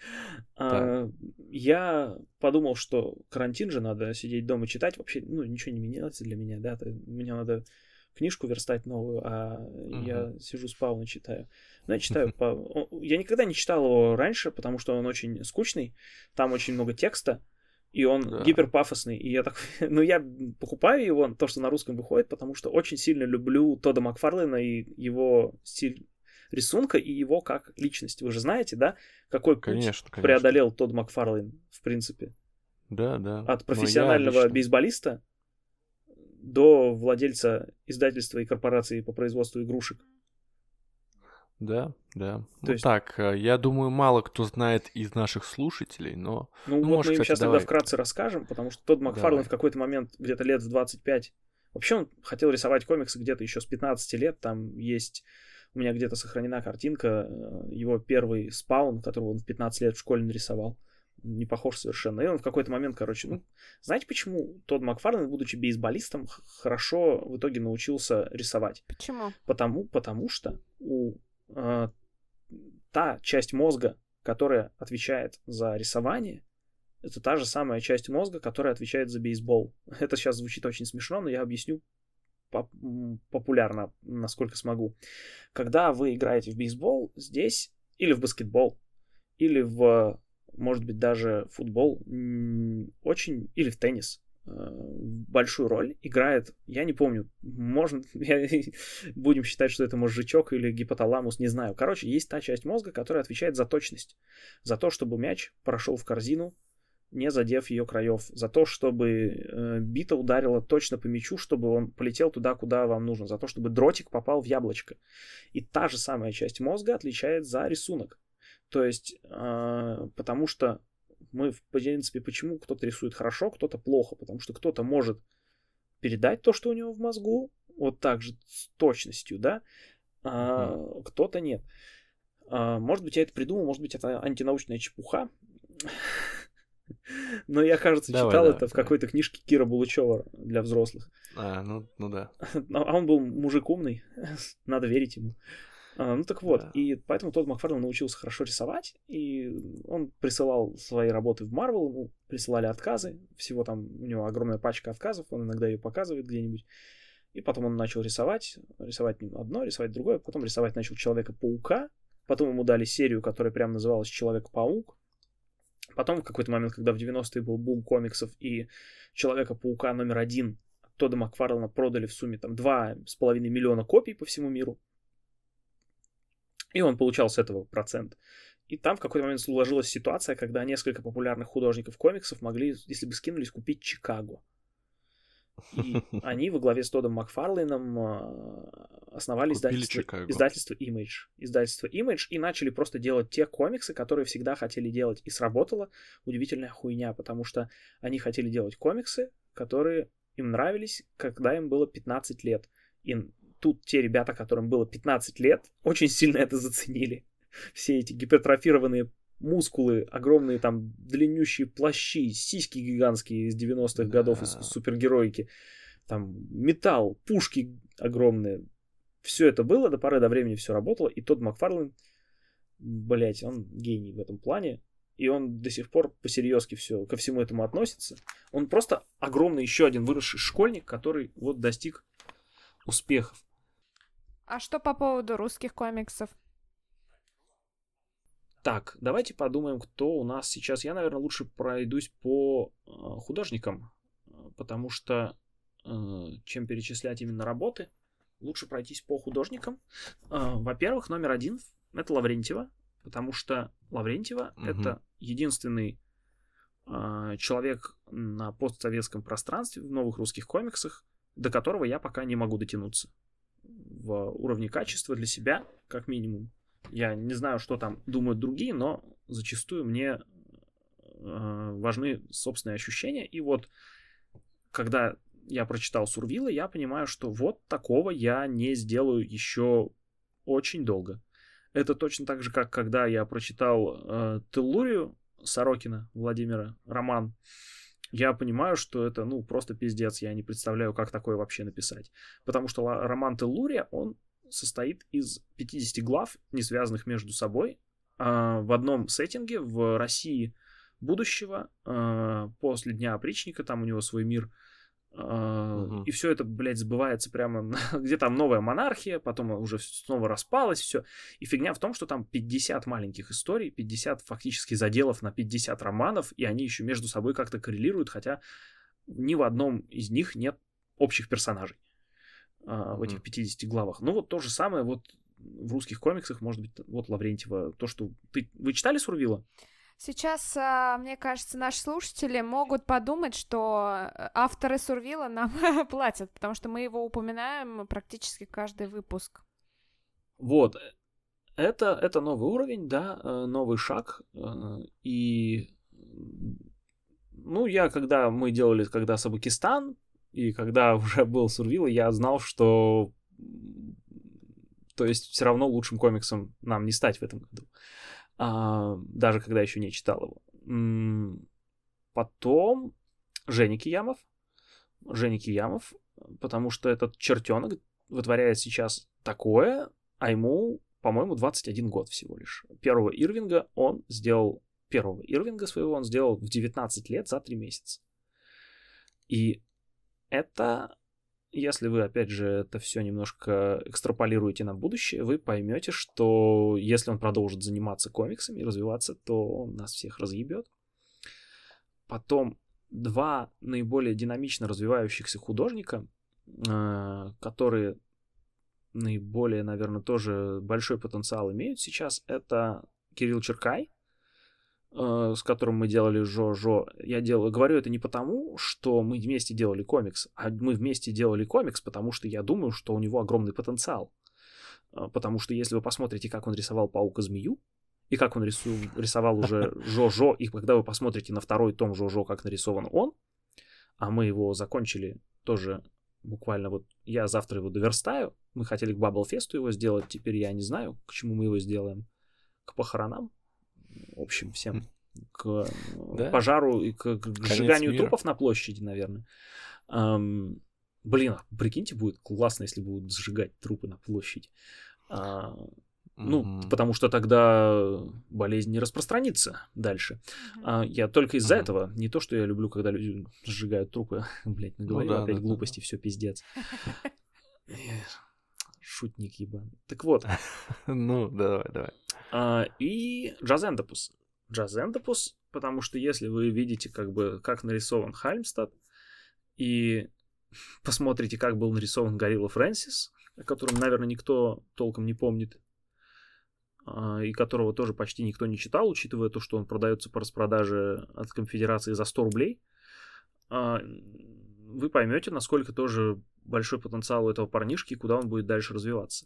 Я подумал, что карантин же, надо сидеть дома читать. Вообще, ничего не меняется для меня, да. Мне надо книжку верстать новую, а я сижу Спауна читаю. Но я читаю Я никогда не читал его раньше, потому что он очень скучный. Там очень много текста. И он гиперпафосный. И я так... я покупаю его, то, что на русском выходит, потому что очень сильно люблю Тодда Макфарлейна и его стиль рисунка, и его как личность. Вы же знаете, да? Какой путь преодолел Тодд Макфарлейн, в принципе? Да. От профессионального бейсболиста до владельца издательства и корпорации по производству игрушек. Да. Так, я думаю, мало кто знает из наших слушателей, но... мы им сейчас тогда вкратце расскажем, потому что Тодд Макфарлейн в какой-то момент, где-то лет в 25... Вообще он хотел рисовать комиксы где-то еще с 15 лет. Там есть... У меня где-то сохранена картинка, его первый Спаун, которого он в 15 лет в школе нарисовал. Не похож совершенно. И он в какой-то момент, знаете, почему Тодд Макфарлейн, будучи бейсболистом, хорошо в итоге научился рисовать? Почему? Потому что та часть мозга, которая отвечает за рисование, это та же самая часть мозга, которая отвечает за бейсбол. Это сейчас звучит очень смешно, но я объясню популярно, насколько смогу. Когда вы играете в бейсбол здесь, или в баскетбол, или в, может быть, даже футбол, или в теннис, большую роль играет, я не помню, будем считать, что это мозжечок или гипоталамус, не знаю. Короче, есть та часть мозга, которая отвечает за точность, за то, чтобы мяч прошел в корзину, не задев ее краев, за то, чтобы бита ударила точно по мячу, чтобы он полетел туда, куда вам нужно, за то, чтобы дротик попал в яблочко. И та же самая часть мозга отвечает за рисунок. То есть, потому что в принципе, почему кто-то рисует хорошо, кто-то плохо, потому что кто-то может передать то, что у него в мозгу, вот так же с точностью, да, кто-то нет. Может быть, я это придумал, может быть, это антинаучная чепуха. Но я, кажется, читал это в какой-то книжке Кира Булычева для взрослых. Ну да. А он был мужик умный, надо верить ему. Так вот, и поэтому Тодд Макфарлейн научился хорошо рисовать, и он присылал свои работы в Marvel, ему присылали отказы, всего там у него огромная пачка отказов, он иногда ее показывает где-нибудь. И потом он начал рисовать одно, рисовать другое, потом рисовать начал Человека-паука, потом ему дали серию, которая прям называлась Человек-паук. Потом в какой-то момент, когда в 90-е был бум комиксов, и Человека-паука номер 1 Тодда Макфарлейна продали в сумме там 2,5 миллиона копий по всему миру, и он получал с этого процент. И там в какой-то момент сложилась ситуация, когда несколько популярных художников комиксов могли, если бы скинулись, купить Чикаго. И они во главе с Тоддом Макфарлейном основали издательство Image и начали просто делать те комиксы, которые всегда хотели делать. И сработала удивительная хуйня, потому что они хотели делать комиксы, которые им нравились, когда им было 15 лет. И тут те ребята, которым было 15 лет, очень сильно это заценили. Все эти гипертрофированные мускулы, огромные там длиннющие плащи, сиськи гигантские из 90-х годов из супергероики, там металл, пушки огромные. Все это было, до поры до времени все работало, и Тодд Макфарлейн, блять, он гений в этом плане, и он до сих пор по-серьезки ко всему этому относится. Он просто огромный еще один выросший школьник, который вот достиг успехов. А что по поводу русских комиксов? Так, давайте подумаем, кто у нас сейчас. Я, наверное, лучше пройдусь по художникам, потому что чем перечислять именно работы, лучше пройтись по художникам. Во-первых, номер 1 — это Лаврентьева, потому что Лаврентьева — это единственный человек на постсоветском пространстве в новых русских комиксах, до которого я пока не могу дотянуться в уровне качества для себя, как минимум. Я не знаю, что там думают другие, но зачастую мне важны собственные ощущения. И вот, когда я прочитал Сурвила, я понимаю, что вот такого я не сделаю еще очень долго. Это точно так же, как когда я прочитал Теллурию Сорокина Владимира, роман. Я понимаю, что это, просто пиздец. Я не представляю, как такое вообще написать. Потому что роман Теллурия, он состоит из 50 глав, не связанных между собой, в одном сеттинге в России будущего, после Дня опричника, там у него свой мир. И все это, блядь, сбывается прямо, где там новая монархия, потом уже снова распалось все. И фигня в том, что там 50 маленьких историй, 50 фактически заделов на 50 романов, и они еще между собой как-то коррелируют, хотя ни в одном из них нет общих персонажей в этих 50 главах. Ну вот то же самое вот в русских комиксах, может быть, вот Лаврентьева, то, что... Вы читали Сурвила? Сейчас, мне кажется, наши слушатели могут подумать, что авторы Сурвила нам платят, потому что мы его упоминаем практически каждый выпуск. Вот. Это новый уровень, да, новый шаг. И, когда мы делали Собакистан, и когда уже был Сурвила, я знал, что... То есть все равно лучшим комиксом нам не стать в этом году. Даже когда еще не читал его. Потом Женя Киямов, потому что этот чертенок вытворяет сейчас такое, а ему, по-моему, 21 год всего лишь. Первого Ирвинга своего он сделал в 19 лет за 3 месяца. И это... Если вы, опять же, это все немножко экстраполируете на будущее, вы поймете, что если он продолжит заниматься комиксами и развиваться, то он нас всех разъебет. Потом 2 наиболее динамично развивающихся художника, которые наиболее, наверное, тоже большой потенциал имеют сейчас, это Кирилл Черкай, с которым мы делали Жо-Жо. Говорю это не потому, что мы вместе делали комикс, а мы вместе делали комикс, потому что я думаю, что у него огромный потенциал. Потому что если вы посмотрите, как он рисовал Паука-змею, и как он рисовал уже Жо-Жо, и когда вы посмотрите на второй том Жо-Жо, как нарисован он, а мы его закончили тоже буквально вот, я завтра его доверстаю, мы хотели к Бабблфесту его сделать, теперь я не знаю, к чему мы его сделаем, к похоронам, в общем, всем к пожару и к сжиганию трупов на площади, наверное. Прикиньте, будет классно, если будут сжигать трупы на площади. Потому что тогда болезнь не распространится дальше. Я только из-за этого, не то, что я люблю, когда люди сжигают трупы, блять, наговорил опять глупости, все пиздец. Шутник ебаный. Так вот. Давай. И Джазендопус, потому что если вы видите, как нарисован Хальмстад, и посмотрите, как был нарисован Горилла Фрэнсис, о котором, наверное, никто толком не помнит, и которого тоже почти никто не читал, учитывая то, что он продается по распродаже от Конфедерации за 100 рублей, вы поймете, насколько тоже большой потенциал у этого парнишки и куда он будет дальше развиваться.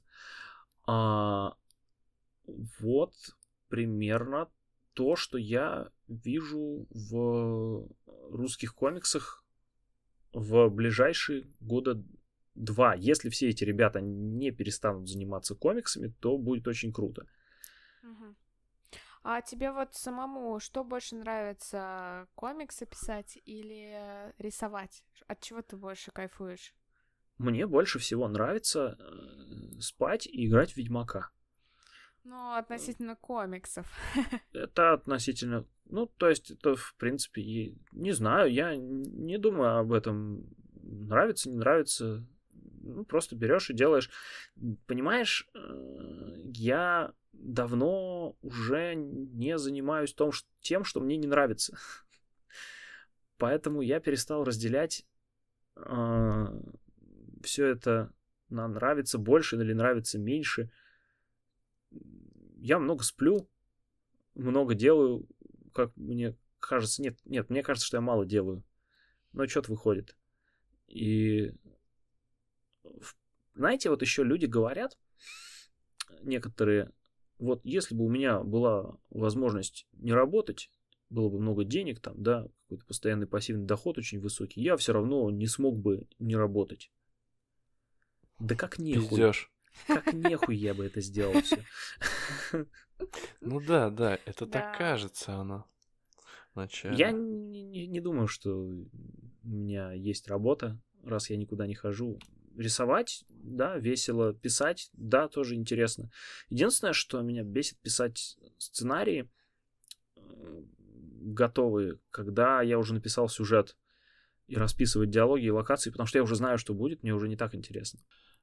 Вот примерно то, что я вижу в русских комиксах в ближайшие 2 года. Если все эти ребята не перестанут заниматься комиксами, то будет очень круто. А тебе вот самому что больше нравится, комиксы писать или рисовать? От чего ты больше кайфуешь? Мне больше всего нравится спать и играть в Ведьмака. Относительно комиксов. Это относительно... то есть это, в принципе, не знаю, я не думаю об этом. Нравится, не нравится. Просто берешь и делаешь. Понимаешь, я давно уже не занимаюсь тем, что мне не нравится. Поэтому я перестал разделять все это на нравится больше или нравится меньше. Я много сплю, много делаю, как мне кажется. Нет, мне кажется, что я мало делаю. Но что-то выходит. И знаете, вот еще люди говорят, некоторые, вот если бы у меня была возможность не работать было бы много денег, там, да, какой-то постоянный пассивный доход очень высокий, я все равно не смог бы не работать. Да как нехуй. Пиздёж. Как нехуй я бы это сделал все. Ну да, это Да. так кажется оно. Вначале. Я не думаю, что у меня есть работа, раз я никуда не хожу. Рисовать, да, весело. Писать, да, тоже интересно. Единственное, что меня бесит писать сценарии готовые, когда я уже написал сюжет, и расписывать диалоги и локации, потому что я уже знаю, что будет, мне уже не так интересно.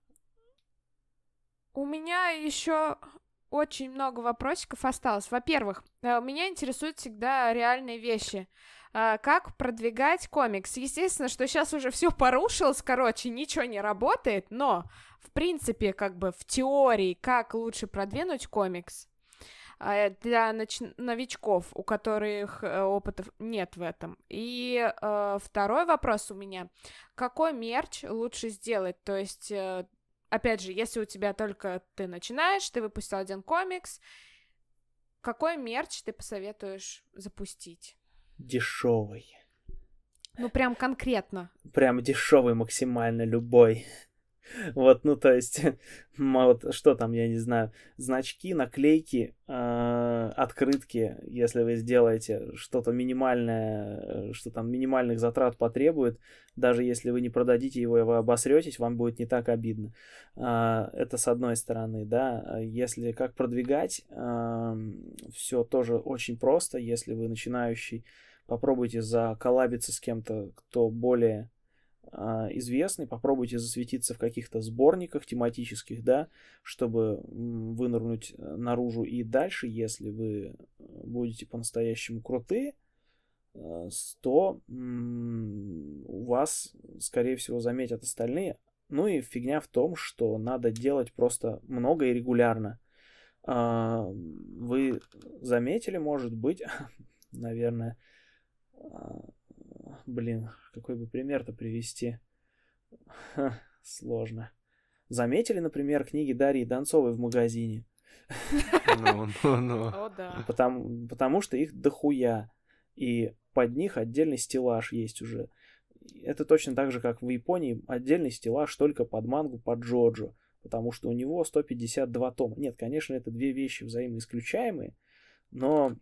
У меня еще очень много вопросиков осталось. Во-первых, меня интересуют всегда реальные вещи. Как продвигать комикс? Естественно, что сейчас уже все порушилось, короче, ничего не работает, но, в принципе, как бы в теории, как лучше продвинуть комикс для новичков, у которых опыта нет в этом. И второй вопрос у меня. Какой мерч лучше сделать? То есть... Опять же, если у тебя только ты начинаешь, ты выпустил один комикс, какой мерч ты посоветуешь запустить? Дешевый. Ну, прям конкретно. Прям дешевый максимально любой. Вот, ну, то есть, вот что там, я не знаю, значки, наклейки, открытки, если вы сделаете что-то минимальное, что там минимальных затрат потребует, даже если вы не продадите его, и вы обосретесь, вам будет не так обидно. Это с одной стороны, да. Если как продвигать, все тоже очень просто. Если вы начинающий, попробуйте заколлабиться с кем-то, кто более известный, попробуйте засветиться в каких-то сборниках тематических, да, чтобы вынырнуть наружу. И дальше, если вы будете по-настоящему крутые, то у вас, скорее всего, заметят остальные. Ну и фигня в том, что надо делать просто много и регулярно. Вы заметили, может быть, наверное, блин, какой бы пример-то привести? Сложно. Заметили, например, книги Дарьи Донцовой в магазине? Ну. О, да. Потому что их дохуя. И под них отдельный стеллаж есть уже. Это точно так же, как в Японии отдельный стеллаж только под мангу, под Джоджо. Потому что у него 152 тома. Нет, конечно, это две вещи взаимоисключаемые. Но...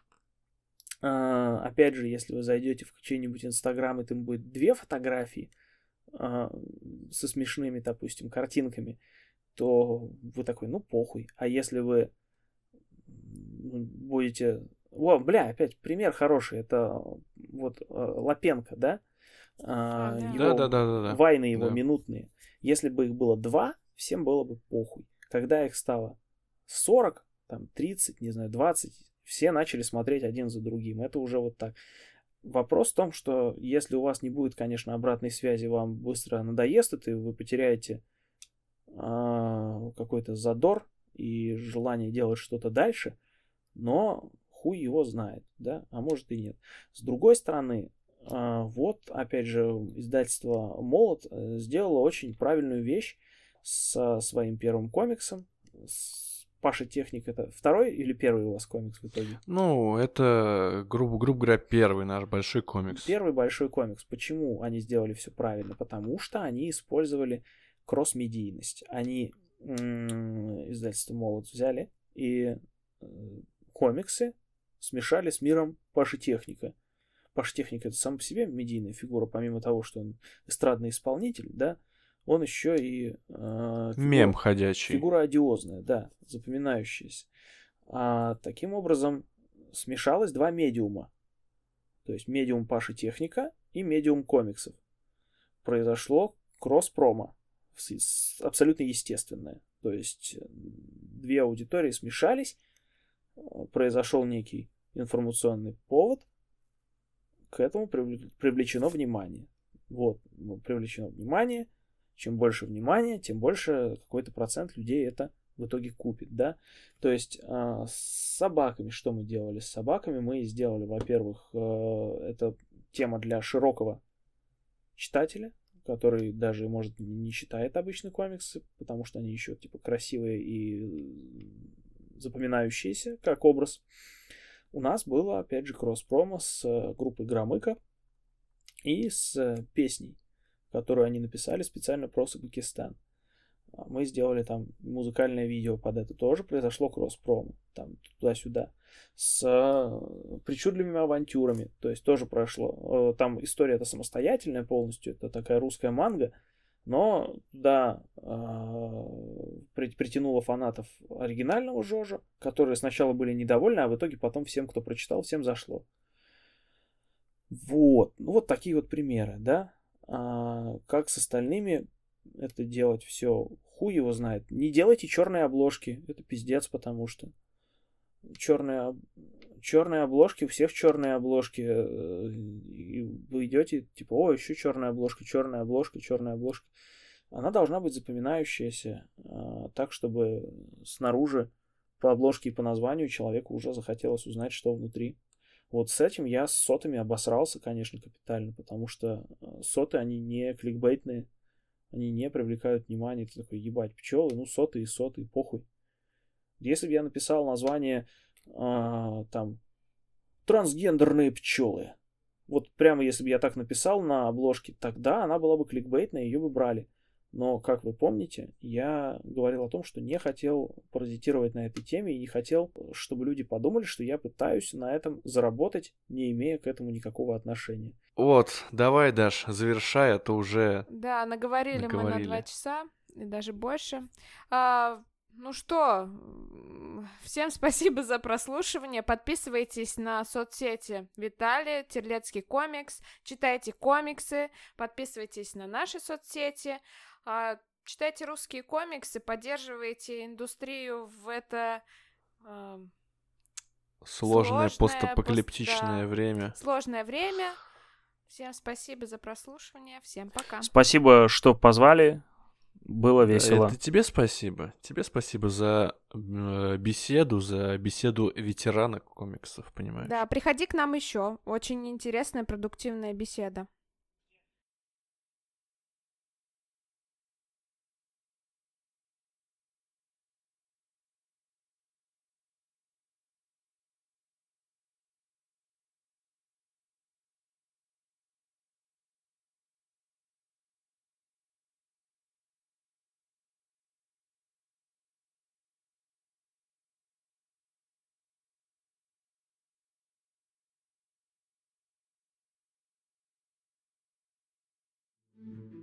опять же, если вы зайдете в чей-нибудь Инстаграм, и там будет две фотографии со смешными, допустим, картинками, то вы такой, ну похуй. А если вы будете... О, бля, опять пример хороший. Это вот Лапенко, да? Да. Вайны его Да. минутные. Если бы их было 2, всем было бы похуй. Когда их стало 40, там 30, не знаю, 20, все начали смотреть один за другим. Это уже вот так. Вопрос в том, что если у вас не будет, конечно, обратной связи, вам быстро надоест это, и вы потеряете какой-то задор и желание делать что-то дальше, но хуй его знает, да, а может и нет. С другой стороны, вот, опять же, издательство «Молот» сделало очень правильную вещь со своим первым комиксом. Паша Техник — это второй или первый у вас комикс в итоге? Ну, это, грубо говоря, первый наш большой комикс. Первый большой комикс. Почему они сделали все правильно? Потому что они использовали кросс-медийность. Они издательство «Молот» взяли и комиксы смешали с миром Паши Техника. Паша Техник — это сам по себе медийная фигура, помимо того, что он эстрадный исполнитель, да, он еще и мем ходячий. Фигура одиозная, да, запоминающаяся. Таким образом смешалось два медиума. То есть медиум Паши Техника и медиум комиксов. Произошло кросс-промо. Абсолютно естественное. То есть две аудитории смешались, произошел некий информационный повод, к этому привлечено внимание. Вот, привлечено внимание. Чем больше внимания, тем больше какой-то процент людей это в итоге купит, да. То есть с собаками что мы делали? С собаками мы сделали, во-первых, это тема для широкого читателя, который даже, может, не читает обычные комиксы, потому что они еще типа красивые и запоминающиеся, как образ. у нас было, опять же, кросс-промо с группой Громыка и с песней, которую они написали специально про Узбекистан. Мы сделали там музыкальное видео под это. Тоже произошло кросс-промо. Там туда-сюда. С причудливыми авантюрами. То есть тоже прошло. Там история это самостоятельная полностью. Это такая русская манга. Но, да, притянула фанатов оригинального Жожо, которые сначала были недовольны, а в итоге потом всем, кто прочитал, всем зашло. Вот. Ну, вот такие вот примеры, да. Как с остальными это делать все, хуй его знает. Не делайте черные обложки. Это пиздец, потому что черные обложки, у всех черные обложки. И вы идете, типа, о, еще черная обложка, черная обложка, черная обложка. Она должна быть запоминающаяся, так, чтобы снаружи по обложке и по названию человеку уже захотелось узнать, что внутри. Вот с этим я с сотами обосрался, конечно, капитально, потому что соты, они не кликбейтные, они не привлекают внимания. Ты такой, ебать, пчелы, ну соты и соты, похуй. Если бы я написал название там трансгендерные пчелы, вот прямо если бы я так написал на обложке, тогда она была бы кликбейтная, ее бы брали. Но, как вы помните, я говорил о том, что не хотел паразитировать на этой теме и не хотел, чтобы люди подумали, что я пытаюсь на этом заработать, не имея к этому никакого отношения. Вот, давай, Даш, завершай, а то уже Да, наговорили мы на 2 часа и даже больше. Ну что, всем спасибо за прослушивание. Подписывайтесь на соцсети Виталия, Терлецкий комикс, читайте комиксы, подписывайтесь на наши соцсети, читайте русские комиксы, поддерживайте индустрию в это сложное постапокалиптичное время. Сложное время. Всем спасибо за прослушивание. Всем пока. Спасибо, что позвали. Было весело. Это тебе спасибо. Тебе спасибо за беседу ветерана комиксов, понимаешь? Да, приходи к нам еще. Очень интересная, продуктивная беседа. Thank you.